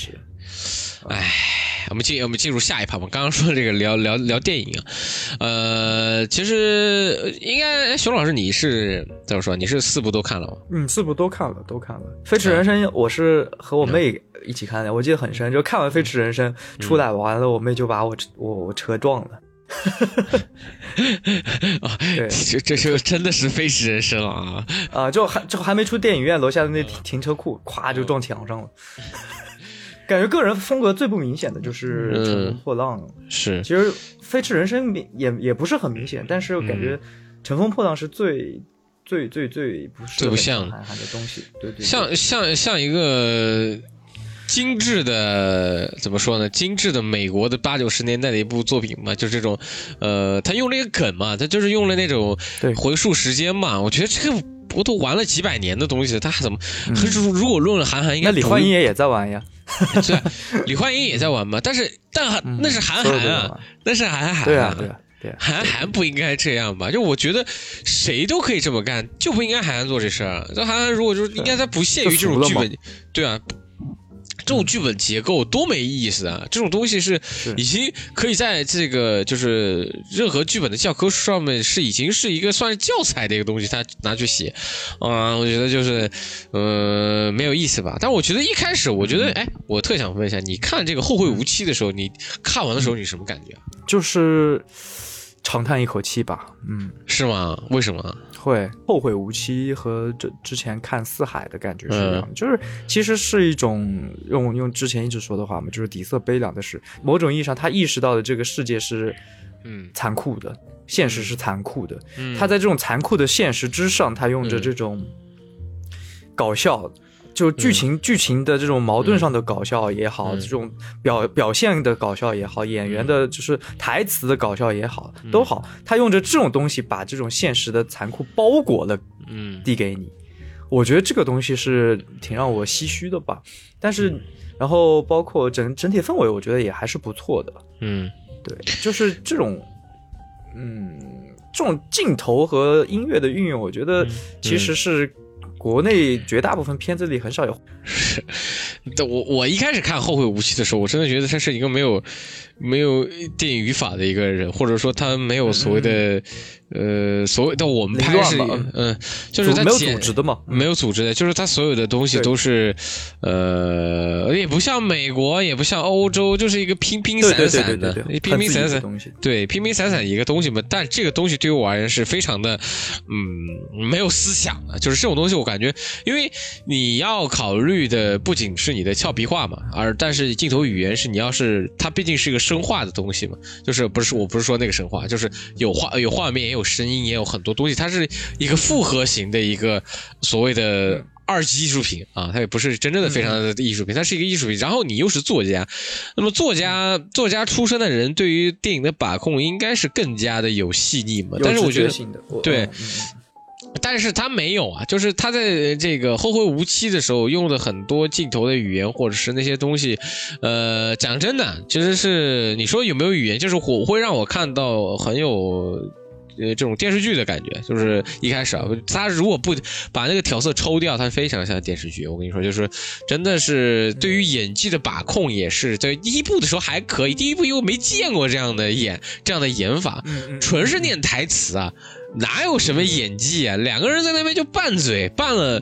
我们进入下一趴嘛。刚刚说这个聊电影其实应该熊老师你是怎么说？你是4部都看了吗 ？4部都看了。飞驰人生我是和我妹一起看的，我记得很深，就看完飞驰人生出来完了，我妹就把我车撞了。 对，这就真的是飞驰人生啊！ 就还没出电影院楼下的那停车库，咵就撞墙上了。感觉个人风格最不明显的就是《乘风破浪》 是， 其实《飞驰人生》也不是很明显，但是我感觉《乘风破浪》是最不像韩寒的东西，对， 像一个精致的怎么说呢？精致的美国的80、90年代的一部作品嘛，就这种，他用了一个梗嘛，他就是用了那种回溯时间嘛，我觉得这个。我都玩了几百年的东西，他怎么？如果论了韩寒，应该那李焕英也在玩呀。 对，李焕英也在玩嘛。但那是韩寒啊，那是韩寒。 对啊。 韩寒不应该这样吧？就我觉得谁都可以这么干，就不应该韩寒做这事儿。这韩寒如果就是应该他不限于这种剧本，对啊。这种剧本结构多没意思啊！这种东西是已经可以在这个就是任何剧本的教科书上面是已经是一个算是教材的一个东西，他拿去写我觉得就是没有意思吧。但我觉得一开始我觉得我特想问一下，你看这个《后会无期》的时候，你看完的时候你什么感觉？ 就是长叹一口气吧。 是吗？为什么？ 会后会无期和之前看四海的感觉是一样的，就是其实是一种用之前一直说的话嘛，就是底色悲凉的事。某种意义上，他意识到的这个世界是残酷的，现实是残酷的。他在这种残酷的现实之上，他用着这种搞笑。就剧情的这种矛盾上的搞笑也好，这种表现的搞笑也好，演员的就是台词的搞笑也好，都好，他用着这种东西把这种现实的残酷包裹了，递给你。我觉得这个东西是挺让我唏嘘的吧。但是，然后包括整体氛围，我觉得也还是不错的。对，就是这种，这种镜头和音乐的运用，我觉得其实是。国内绝大部分片子里很少有。 是，我一开始看《后会无期》的时候，我真的觉得他是一个没有电影语法的一个人，或者说他没有所谓的所谓的我们拍是就是他没有组织的嘛， 没有组织的，就是他所有的东西都是也不像美国，也不像欧洲，就是一个拼拼散散的，拼拼散散东西，对，拼拼散散一个东西嘛。但这个东西对于我而言是非常的没有思想的，就是这种东西我感觉，因为你要考虑的不仅是你的俏皮话嘛，但是镜头语言是你要是它毕竟是一个生化的东西嘛，就是我不是说那个生化，就是有画面也有声音也有很多东西，它是一个复合型的一个所谓的2级艺术品啊，它也不是真正的非常的艺术品，它是一个艺术品。然后你又是作家，那么作家出身的人对于电影的把控应该是更加的有细腻嘛，但是我觉得对。但是他没有啊，就是他在这个后会无期的时候用的很多镜头的语言或者是那些东西，讲真的，其实是你说有没有语言，就是会让我看到很有这种电视剧的感觉，就是一开始啊，他如果不把那个调色抽掉，它非常像电视剧。我跟你说，就是真的是对于演技的把控也是在第一部的时候还可以，第一部因为没见过这样的演法，纯是念台词啊。哪有什么演技啊？两个人在那边就拌嘴，拌了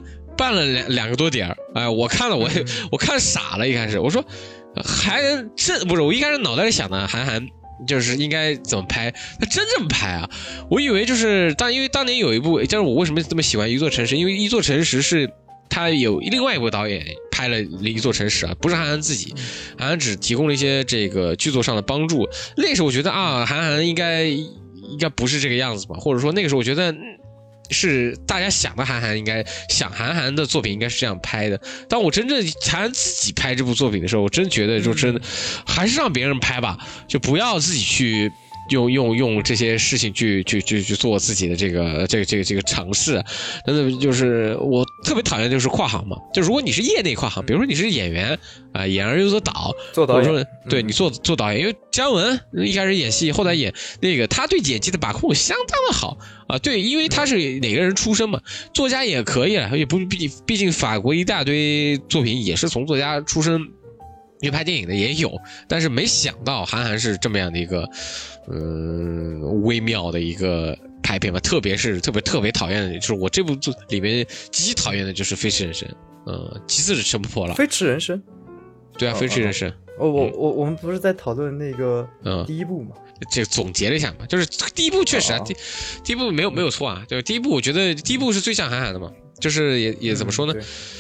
2个多点我看了我看傻了，一开始我说不是，我一开始脑袋里想的韩寒就是应该怎么拍，他真这么拍啊？我以为就是因为当年有一部，就是我为什么这么喜欢《一座城市》，因为《一座城市》是他有另外一部导演拍了《一座城市》啊，不是韩寒自己，韩寒只提供了一些这个剧作上的帮助。那时候我觉得韩寒应该不是这个样子吧，或者说那个时候我觉得是大家想的韩寒的作品应该是这样拍的。当我真正韩寒自己拍这部作品的时候，我真觉得就真的还是让别人拍吧，就不要自己去用这些事情去做自己的这个尝试。真的就是我特别讨厌就是跨行嘛，就如果你是业内跨行，比如说你是演员演而优则导， 做导演， 对你做导演，因为姜文一开始演戏，后来演那个，他对演技的把控相当的好啊。对，因为他是哪个人出身嘛，作家也可以了，也不毕竟法国一大堆作品也是从作家出身因为拍电影的也有，但是没想到韩寒是这么样的一个微妙的一个拍片吧，特别讨厌的就是我这部里面极其讨厌的就是飞驰人生，其次是乘风破浪。 飞驰人生， 对啊，飞驰人生。 我们不是在讨论那个第一部吗？ 这总结了一下嘛，就是第一部确实啊，第一部没有错啊，就是第一部我觉得第一部是最像韩寒的嘛，就是也怎么说呢？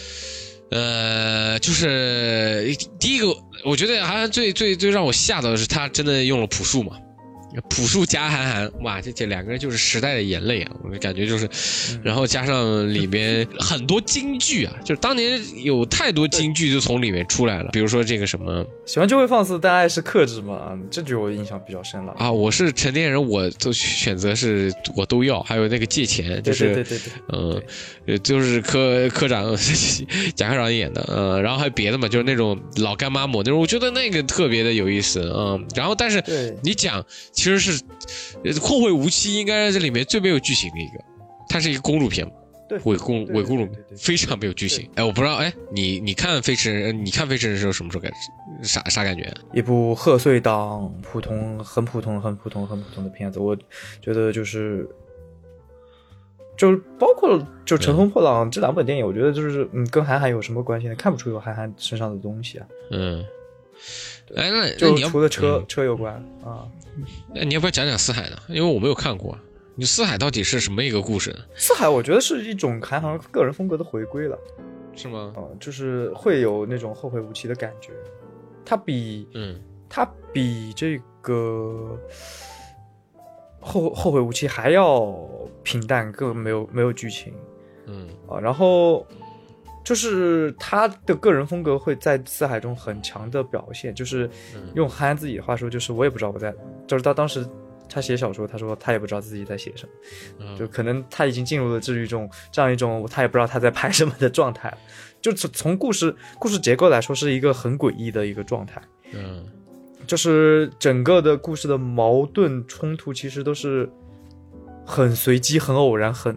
就是第一个，我觉得韩寒最让我吓到的是他真的用了朴树嘛，朴树加韩寒，哇，这两个人就是时代的眼泪啊！我就感觉就是，然后加上里面很多金句啊，就是当年有太多金句就从里面出来了，比如说这个什么喜欢就会放肆，但爱是克制嘛，这句我印象比较深了啊。我是成年人，我都选择是我都要，还有那个借钱，就是就是科长贾科长演的，然后还有别的嘛，就是那种老干妈某那种，我觉得那个特别的有意思，然后但是你讲。其实是后会无期应该是这里面最没有剧情的一个，它是一个公路片嘛， 对， 伪公路非常没有剧情。我不知道，你看飞驰人生什么时候感啥感觉？ 一部贺岁档很普通的片子，我觉得就是包括就乘风破浪这两本电影，我觉得就是跟韩寒有什么关系呢？看不出有韩寒身上的东西啊。 那就除了车有关啊。 那你要不要讲讲四海呢？因为我没有看过，你四海到底是什么一个故事呢？ 四海我觉得是一种韩寒个人风格的回归了， 是吗？ 就是会有那种后会无期的感觉。他比这个后会无期还要平淡，更没有剧情。然后就是他的个人风格会在四海中很强的表现，就是用韩寒自己的话说，就是我也不知道就是他当时他写小说，他说他也不知道自己在写什么，就可能他已经进入了这样一种他也不知道他在拍什么的状态，就从故事结构来说是一个很诡异的一个状态。就是整个的故事的矛盾冲突其实都是很随机、很偶然、很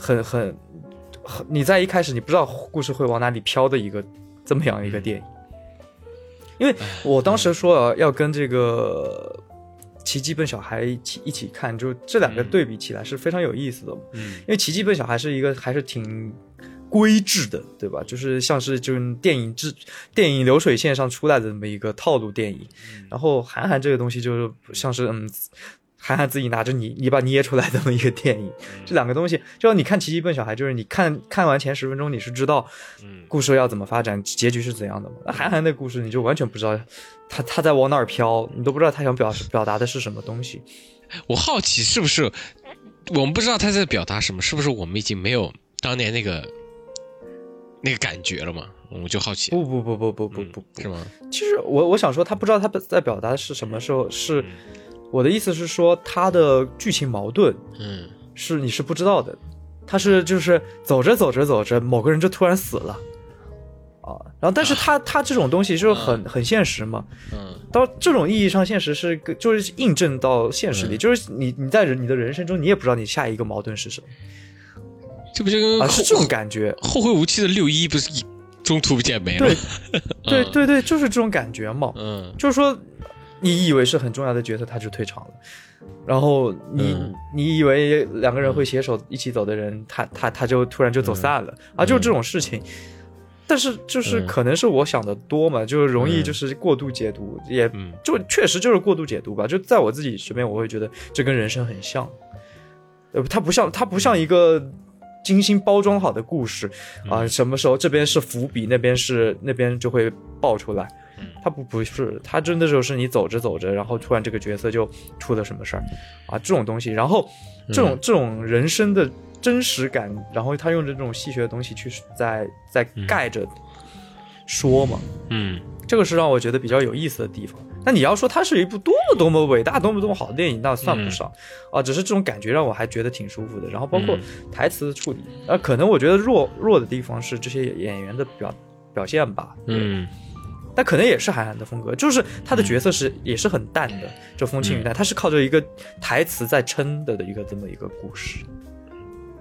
你在一开始你不知道故事会往哪里飘的这么样一个电影。因为我当时说要跟这个奇迹笨小孩一起看，就这两个对比起来是非常有意思的。因为奇迹笨小孩是一个还是挺规制的，对吧？就是像是就是电影流水线上出来的这么一个套路电影。然后韩寒这个东西就是像是韩寒自己拿着泥巴捏出来这么一个电影。这两个东西就像你看奇迹笨小孩，就是你看完前10分钟你是知道故事要怎么发展，结局是怎样的嘛。那韩寒的故事你就完全不知道他在往哪儿飘，你都不知道他想表达的是什么东西。 我好奇是不是我们不知道他在表达什么，是不是我们已经没有当年那个感觉了嘛？我就好奇。 不， 是吗？ 其实我想说他不知道他在表达的是什么时候，是我的意思是说他的剧情矛盾是你是不知道的。他是就是走着某个人就突然死了然后但是他这种东西就是很现实嘛。到这种意义上现实是就是印证到现实里，就是你在你的人生中你也不知道你下一个矛盾是什么。 这不就跟是这种感觉。 后会无期的6·1不是中途不见没了？ 对，就是这种感觉嘛。就是说你以为是很重要的角色他就退场了，然后你以为两个人会携手一起走的人他就突然就走散了就是这种事情。但是就是可能是我想的多嘛，就容易就是过度解读，也就确实就是过度解读吧。就在我自己这边我会觉得这跟人生很像。它不像一个精心包装好的故事什么时候这边是伏笔，那边就会爆出来。它不是，它真的就是你走着，然后突然这个角色就出了什么事儿这种东西。然后这种人生的真实感，然后他用这种戏谑的东西去在盖着说嘛。这个是让我觉得比较有意思的地方。那你要说它是一部多么伟大多么好的电影，那算不上只是这种感觉让我还觉得挺舒服的。然后包括台词的处理可能我觉得弱的地方是这些演员的表现吧。但可能也是韩寒的风格，就是他的角色也是很淡的，就风轻云淡，他是靠着一个台词在撑的一个这么一个故事。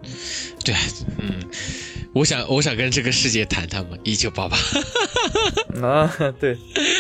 对，我想跟这个世界谈谈嘛，1988。 对，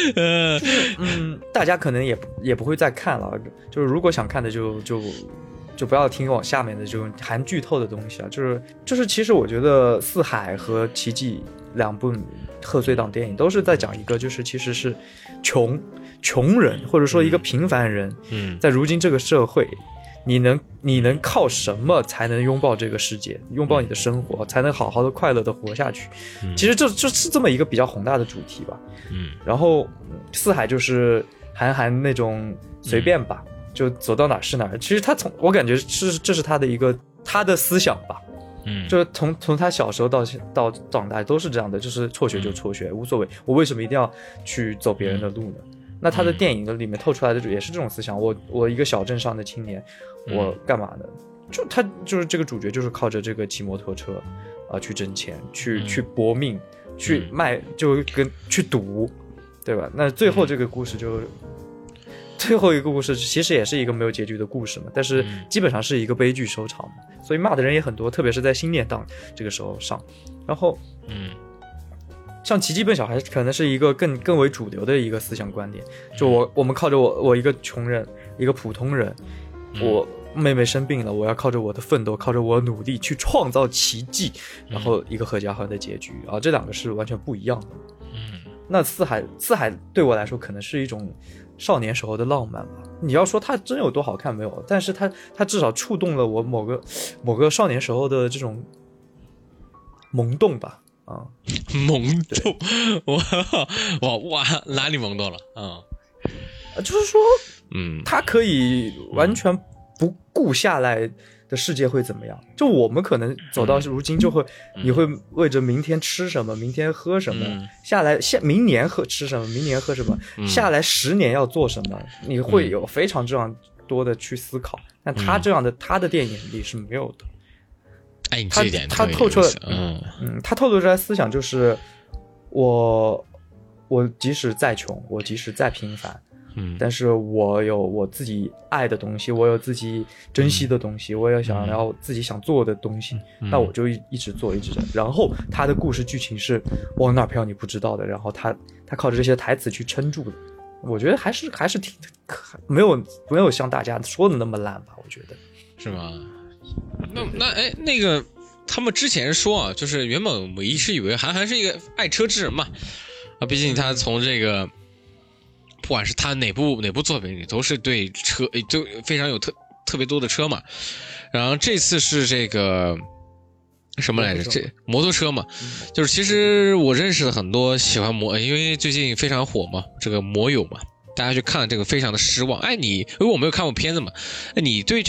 大家可能也不会再看了，就是如果想看的就不要听往下面的这种含剧透的东西啊，就是其实我觉得《四海》和《奇迹》两部贺岁档电影都是在讲一个就是其实是穷人或者说一个平凡人，在如今这个社会，你能靠什么才能拥抱这个世界，拥抱你的生活，才能好好的快乐的活下去？其实就是这么一个比较宏大的主题吧。然后《四海》就是韩那种随便吧。就走到哪是哪儿，其实我感觉这是他的一个他的思想吧，就是从他小时候到长大都是这样的，就是辍学就辍学，无所谓，我为什么一定要去走别人的路呢？那他的电影里面透出来的也是这种思想，我一个小镇上的青年，我干嘛呢？他就是这个主角就是靠着这个骑摩托车去挣钱，去搏命，去卖，就跟去赌，对吧？那最后这个故事最后一个故事其实也是一个没有结局的故事嘛，但是基本上是一个悲剧收场嘛，所以骂的人也很多，特别是在新年档这个时候上。然后像奇迹笨小孩可能是一个更为主流的一个思想观点，就我们靠着我一个穷人，一个普通人，我妹妹生病了，我要靠着我的奋斗，靠着我的努力去创造奇迹，然后一个合家欢的结局啊，这两个是完全不一样的。那四海对我来说可能是一种少年时候的浪漫吧。你要说它真有多好看没有，但是它至少触动了我某个少年时候的这种萌动吧。 萌动，哇，哪里萌动了就是说，它可以完全不顾下来的世界会怎么样？就我们可能走到如今，就会你会为着明天吃什么，明天喝什么，明年吃什么，明年喝什么，下来10年要做什么，你会有非常这样多的去思考。但他这样的他的电影里是没有的。 哎，这一点他透出来，他透露出来思想就是，我即使再穷，我即使再平凡，但是我有我自己爱的东西，我有自己珍惜的东西，我有想要自己想做的东西，那我就一直做，一直做。然后他的故事剧情是往哪飘你不知道的，然后他靠着这些台词去撑住的。我觉得还是挺没有像大家说的那么烂吧，我觉得是吗？那个他们之前说啊，就是原本我一直以为韩寒是一个爱车之人嘛，毕竟他从这个不管是他哪部作品里都是对车就非常有特别多的车嘛，然后这次是这个什么来着？这摩托车嘛，就是其实我认识的很多喜欢因为最近非常火嘛，这个摩友嘛，大家去看这个非常的失望。因为我没有看过片子嘛，你对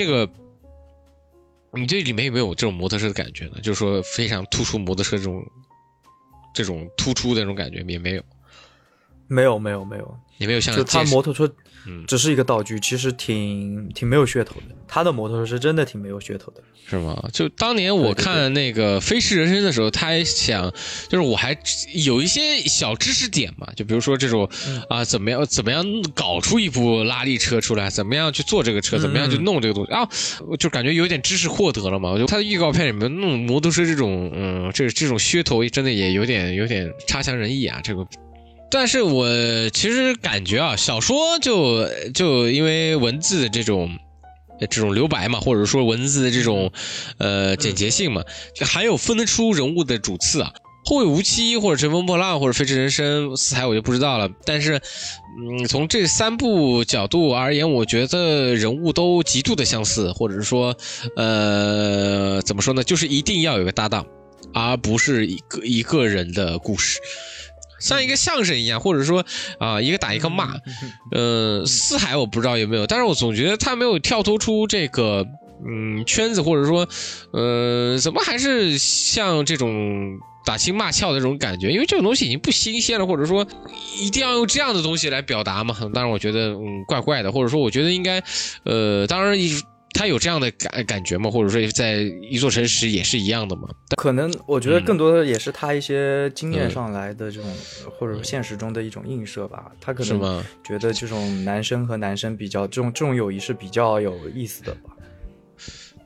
里面有没有这种摩托车的感觉呢？就是说非常突出摩托车这种突出的那种感觉也没有。 没有， 也没有像就他摩托车只是一个道具，其实挺没有噱头的。他的摩托车是真的挺没有噱头的，是吗？就当年我看那个《飞驰人生》的时候，他还想，就是我还有一些小知识点嘛，就比如说这种怎么样搞出一部拉力车出来，怎么样去做这个车，怎么样去弄这个东西啊，我就感觉有点知识获得了嘛。我就他的预告片里面弄摩托车这种这种噱头，真的也有点差强人意啊，这个。但是我其实感觉啊，小说就因为文字的这种留白嘛，或者说文字的这种简洁性嘛，就还有分得出人物的主次啊。后会无期或者乘风破浪或者飞驰人生四海我就不知道了，但是从这3部角度而言，我觉得人物都极度的相似，或者是说怎么说呢，就是一定要有个搭档，而不是一个人的故事。像一个相声一样，或者说一个打一个骂。四海我不知道有没有，但是我总觉得他没有跳脱出这个圈子，或者说怎么还是像这种打情骂俏的这种感觉，因为这种东西已经不新鲜了，或者说一定要用这样的东西来表达嘛。当然我觉得怪怪的，或者说我觉得应该当然他有这样的感觉吗？或者说在一座城市也是一样的吗？ 可能我觉得更多的也是他一些经验上来的这种，或者说现实中的一种映射吧。他可能觉得这种男生和男生比较这种友谊是比较有意思的吧。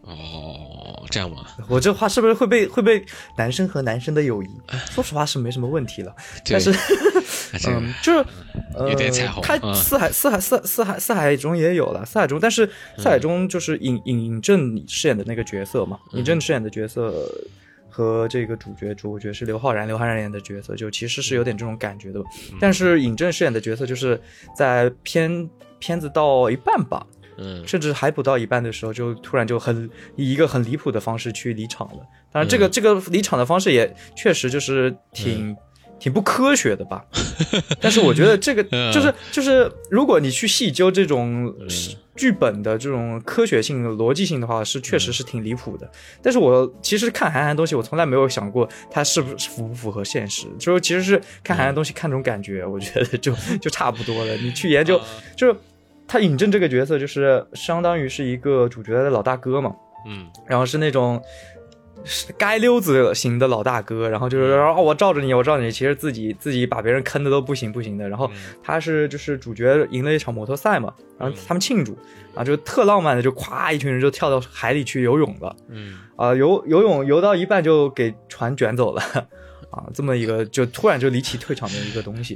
哦，这样吗？ 我这话是不是会被男生和男生的友谊？说实话是没什么问题了，但是就是有点彩虹。 他四海中也有了，四海中，但是四海中就是尹正饰演的那个角色嘛，尹正饰演的角色和这个主角是刘昊然演的角色，就其实是有点这种感觉的。但是尹正饰演的角色就是在片子到一半吧。甚至还不到一半的时候，就突然就以一个很离谱的方式去离场了。当然，这个离场的方式也确实就是挺不科学的吧。但是我觉得这个就是，如果你去细究这种剧本的这种科学性、逻辑性的话，确实是挺离谱的。但是我其实看韩寒的东西，我从来没有想过它是不是符不符合现实。就是其实是看韩寒的东西看这种感觉，我觉得就差不多了。你去研究就是。他尹正这个角色就是相当于是一个主角的老大哥嘛，然后是那种街溜子型的老大哥，然后就是我罩着你，其实自己把别人坑的都不行的。然后他就是主角赢了一场摩托赛嘛，然后他们庆祝，然后就特浪漫的就咵一群人就跳到海里去游泳了，游泳游到一半就给船卷走了。这么一个就突然就离奇退场的一个东西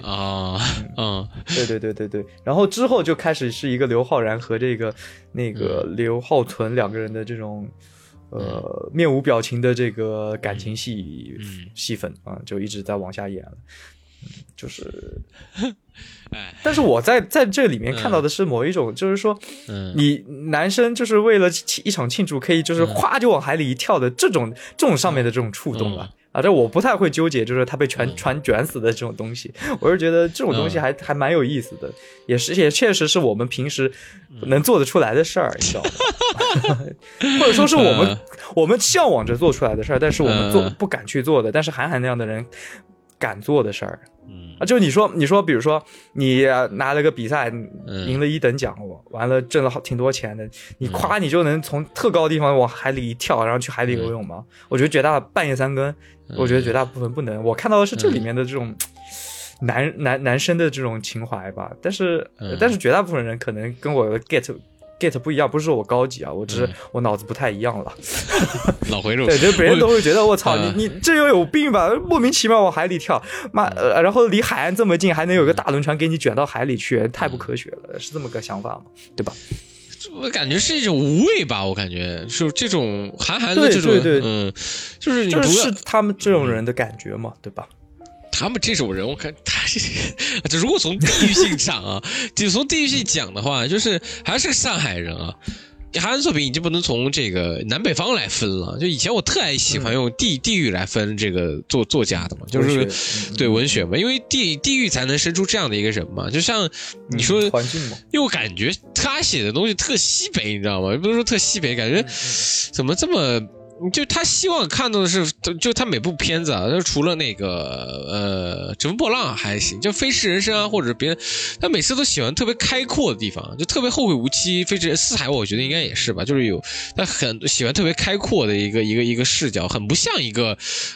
对，然后之后就开始是一个刘昊然和那个刘浩存两个人的这种面无表情的这个感情戏份就一直在往下演了，就是但是我在这里面看到的是某一种就是说你男生就是为了一场庆祝可以就是哗就往海里一跳的这种上面的这种触动吧这我不太会纠结，就是他被船卷死的这种东西，我是觉得这种东西还蛮有意思的，也确实是我们平时能做得出来的事儿，你知道吗？或者说是我们向往着做出来的事儿，但是我们不敢去做的，但是韩寒那样的人敢做的事儿。就你说比如说你拿了个比赛赢了1等奖，完了挣了挺多钱的，你夸你就能从特高的地方往海里一跳，然后去海里游泳吗？我觉得半夜3更，我觉得绝大部分不能。我看到的是这里面的这种男生的这种情怀吧，但是绝大部分人可能跟我的 get 不一样，不是说我高级我只是我脑子不太一样了。 脑回路对，就别人都会觉得我操你这又有病吧，莫名其妙往海里跳，然后离海岸这么近还能有个大轮船给你卷到海里去，太不科学了，是这么个想法吗？对吧？ 我感觉是一种无畏吧，我感觉是这种韩寒的这种对就是他们这种人的感觉嘛，对吧？ 他们这种人，我看他这如果从地域性上就从地域性讲的话，就是还是个上海人韩寒作品已经不能从这个南北方来分了。就以前我特爱喜欢用地域来分这个作家的嘛，就是对文学嘛，因为地域才能生出这样的一个人嘛。就像你说环境嘛， 因为我感觉他写的东西特西北，你知道吗？不是说特西北，感觉怎么这么。就他希望看到的是，就他每部片子就除了那个乘风破浪还行，就飞驰人生或者别人，他每次都喜欢特别开阔的地方，就特别后会无期。飞驰四海我觉得应该也是吧，就是他很喜欢特别开阔的一个视角，很不像一个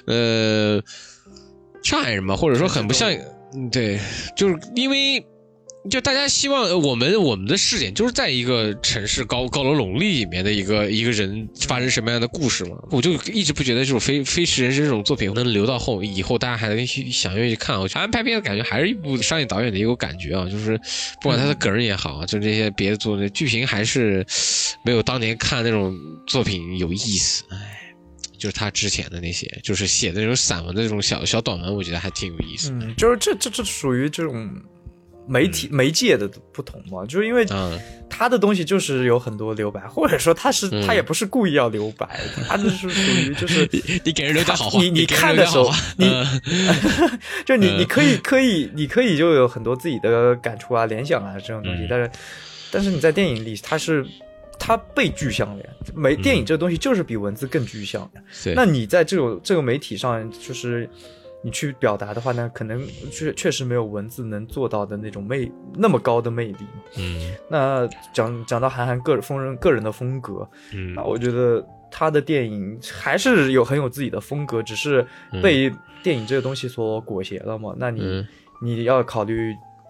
上海人嘛，或者说很不像对，就是因为。就大家希望我们的视点就是在一个城市高楼笼立里面的一个人发生什么样的故事嘛，我就一直不觉得这种飞驰人生这种作品能留到以后大家还能想愿意去看。我觉得拍片的感觉还是一部商业导演的一个感觉就是不管他的梗儿也好就这些别的做的剧情还是没有当年看那种作品有意思。就是他之前的那些就是写的那种散文的这种小短文，我觉得还挺有意思的。 就是这属于这种媒介的不同嘛，就是因为他的东西就是有很多留白，或者说他也不是故意要留白，他就是属于就是你给人留点好话， 你看的时候就你可以就有很多自己的感触联想这种东西，但是你在电影里它被具象了，电影这个东西就是比文字更具象的。那你在这个媒体上就是你去表达的话呢，可能确实没有文字能做到的那么高的魅力。那讲到韩寒个人的风格，那我觉得他的电影还是很有自己的风格，只是被电影这个东西所裹挟了嘛。那你要考虑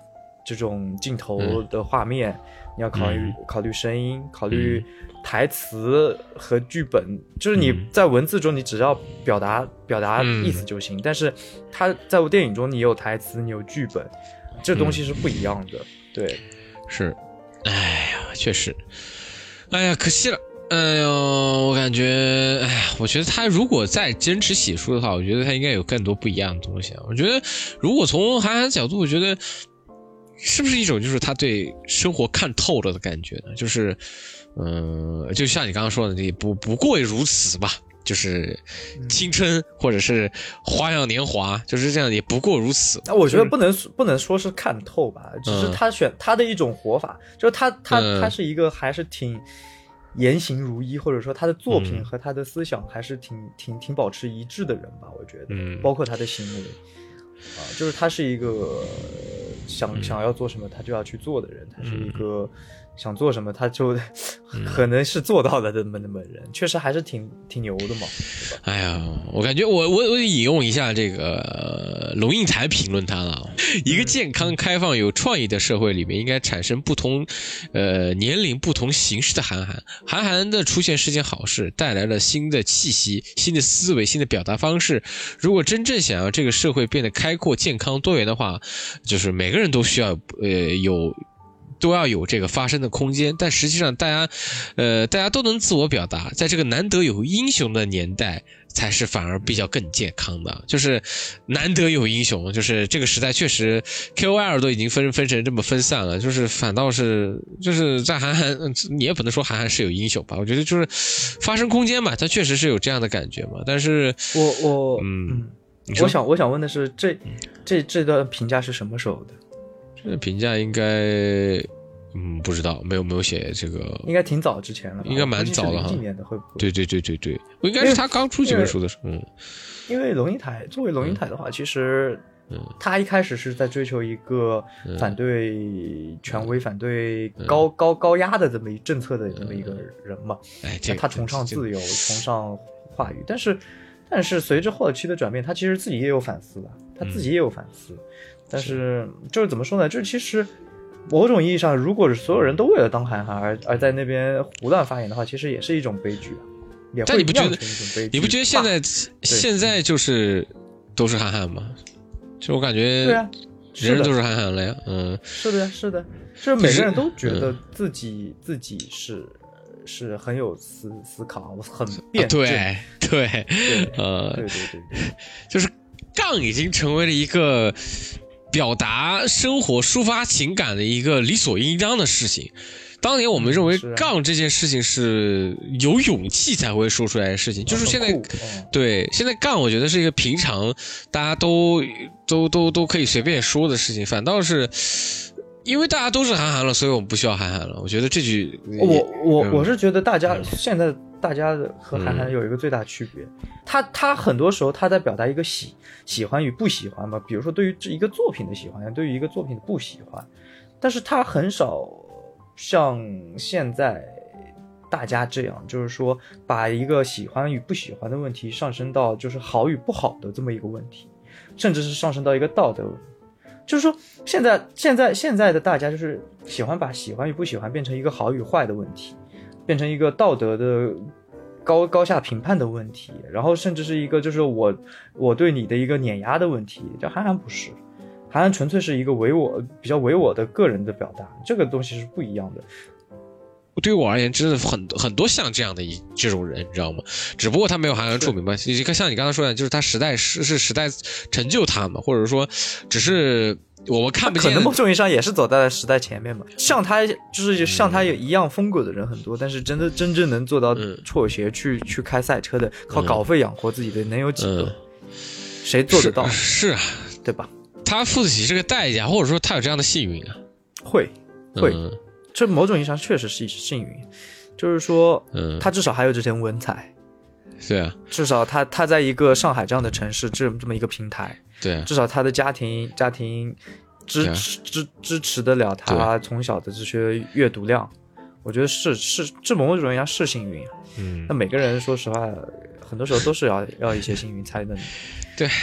这种镜头的画面，你要考虑声音，考虑台词和剧本，就是你在文字中你只要表达意思就行，但是它在电影中你有台词，你有剧本，这东西是不一样的。对， 是，哎呀，确实，哎呀，可惜了。哎呦，我感觉，哎呀，我觉得他如果再坚持写书的话，我觉得他应该有更多不一样的东西啊。我觉得，如果从韩寒角度，我觉得是不是一种就是他对生活看透了的感觉呢？就是，就像你刚刚说的，不过于如此吧。就是青春或者是花样年华，就是这样，也不过如此。 我觉得不能说是看透吧，只是他选他的一种活法，就是他是一个还是挺言行如一，或者说他的作品和他的思想还是挺保持一致的人吧，我觉得，包括他的行为就是他是一个想要做什么他就要去做的人，他是一个想做什么他就可能是做到的那么人，确实还是挺牛的嘛，对吧？ 哎呀，我感觉我引用一下这个龙应台评论他了，一个健康开放有创意的社会里面应该产生不同年龄不同形式的韩寒的出现是件好事，带来了新的气息、新的思维、新的表达方式。如果真正想要这个社会变得开阔、健康、多元的话，就是每个人都需要都要有这个发声的空间，但实际上大家都能自我表达，在这个难得有英雄的年代才是反而比较更健康的，就是难得有英雄，就是这个时代确实 KOL 都已经分成这么分散了，就是反倒是就是在韩寒，你也不能说韩寒是有英雄吧，我觉得就是发声空间嘛，他确实是有这样的感觉嘛，但是我想问的是这段评价是什么时候的？ 这评价应该不知道，没有写这个， 应该挺早之前了吧， 应该蛮早的哈。 今年的会不会？ 对，应该是他刚出这本书的时候。 因为龙应台作为龙应台的话，其实他一开始是在追求一个反对权威、反对高压的这么一政策的这么一个人嘛。他崇尚自由，崇尚话语，但是随着后期的转变，他其实自己也有反思的，但是就是怎么说呢？就是其实某种意义上，如果是所有人都为了当韩寒而在那边胡乱发言的话，其实也是一种悲剧啊，也会酿成一种悲剧。 你不觉得现在就是都是韩寒吗？就我感觉，对啊，人人都是韩寒了呀。 是的，就是每个人都觉得自己是很有思考，很辩证。 对，就是杠已经成为了一个表达生活、抒发情感的一个理所应当的事情。当年我们认为杠这件事情是有勇气才会说出来的事情，就是现在，对，现在杠我觉得是一个平常大家都可以随便说的事情，反倒是因为大家都是韩寒了，所以我们不需要韩寒了。我觉得这句， 我是觉得现在大家和韩寒有一个最大区别，他很多时候他在表达一个喜欢与不喜欢嘛，比如说对于一个作品的喜欢，对于一个作品的不喜欢，但是他很少像现在大家这样，就是说把一个喜欢与不喜欢的问题上升到就是好与不好的这么一个问题，甚至是上升到一个道德问题。就是说现在的大家就是喜欢把喜欢与不喜欢变成一个好与坏的问题，变成一个道德的高下评判的问题，然后甚至是一个就是我对你的一个碾压的问题。这韩寒不是，韩寒纯粹是一个比较唯我的个人的表达，这个东西是不一样的。 对于我而言，真的很多像这样的这种人，你知道吗？只不过他没有韩寒出名嘛。像你刚才说的，就是他时代是时代成就他嘛，或者说只是我们看不见。 可能某种意义上也是走在时代前面嘛。像他一样风格的人很多，但是真正能做到辍学去开赛车的，靠稿费养活自己的能有几个？谁做得到？ 是啊， 对吧？ 他付得起这个代价，或者说他有这样的幸运啊？ 会。这某种意义上确实是幸运，就是说，他至少还有这些文采， 对啊， 至少他在一个上海这样的城市，这么一个平台， 对啊， 至少他的家庭支持得了他从小的这些阅读量，我觉得是这某种意义上是幸运啊。那每个人说实话，很多时候都是要一些幸运才能。 对。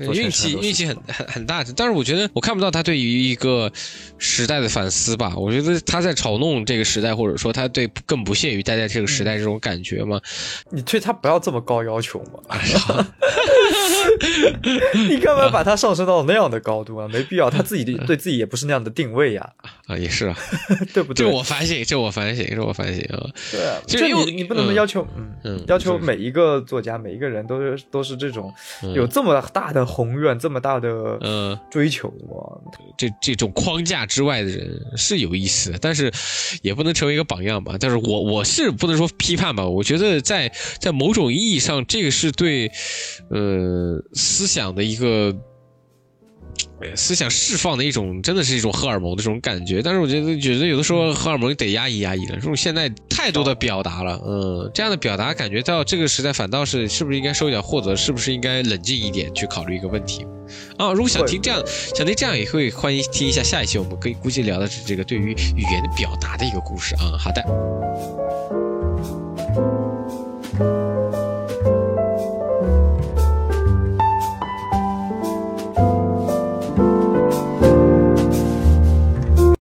运气很大，但是我觉得我看不到他对于一个时代的反思吧。我觉得他在嘲弄这个时代，或者说他对更不屑于待在这个时代这种感觉嘛。 你对他不要这么高要求嘛。你干嘛把他上升到那样的高度啊？没必要，他自己对自己也不是那样的定位呀。 也是啊， 对不对？ 这我反省啊。 对啊，就你不能要求，要求每一个作家、每一个人都是这种有这么大的宏愿、这么大的追求嘛。 这种框架之外的人是有意思的，但是也不能成为一个榜样吧。但是我是不能说批判吧，我觉得在某种意义上，这个是对思想的一个。思想释放的真的是一种荷尔蒙的这种感觉，但是我觉得有的时候荷尔蒙得压抑了，这种现在太多的表达了，这样的表达感觉到这个时代反倒是不是应该收一点，或者是不是应该冷静一点去考虑一个问题啊？如果想听这样也会欢迎听一下下一期，我们可以估计聊的是这个对于语言的表达的一个故事啊。好的。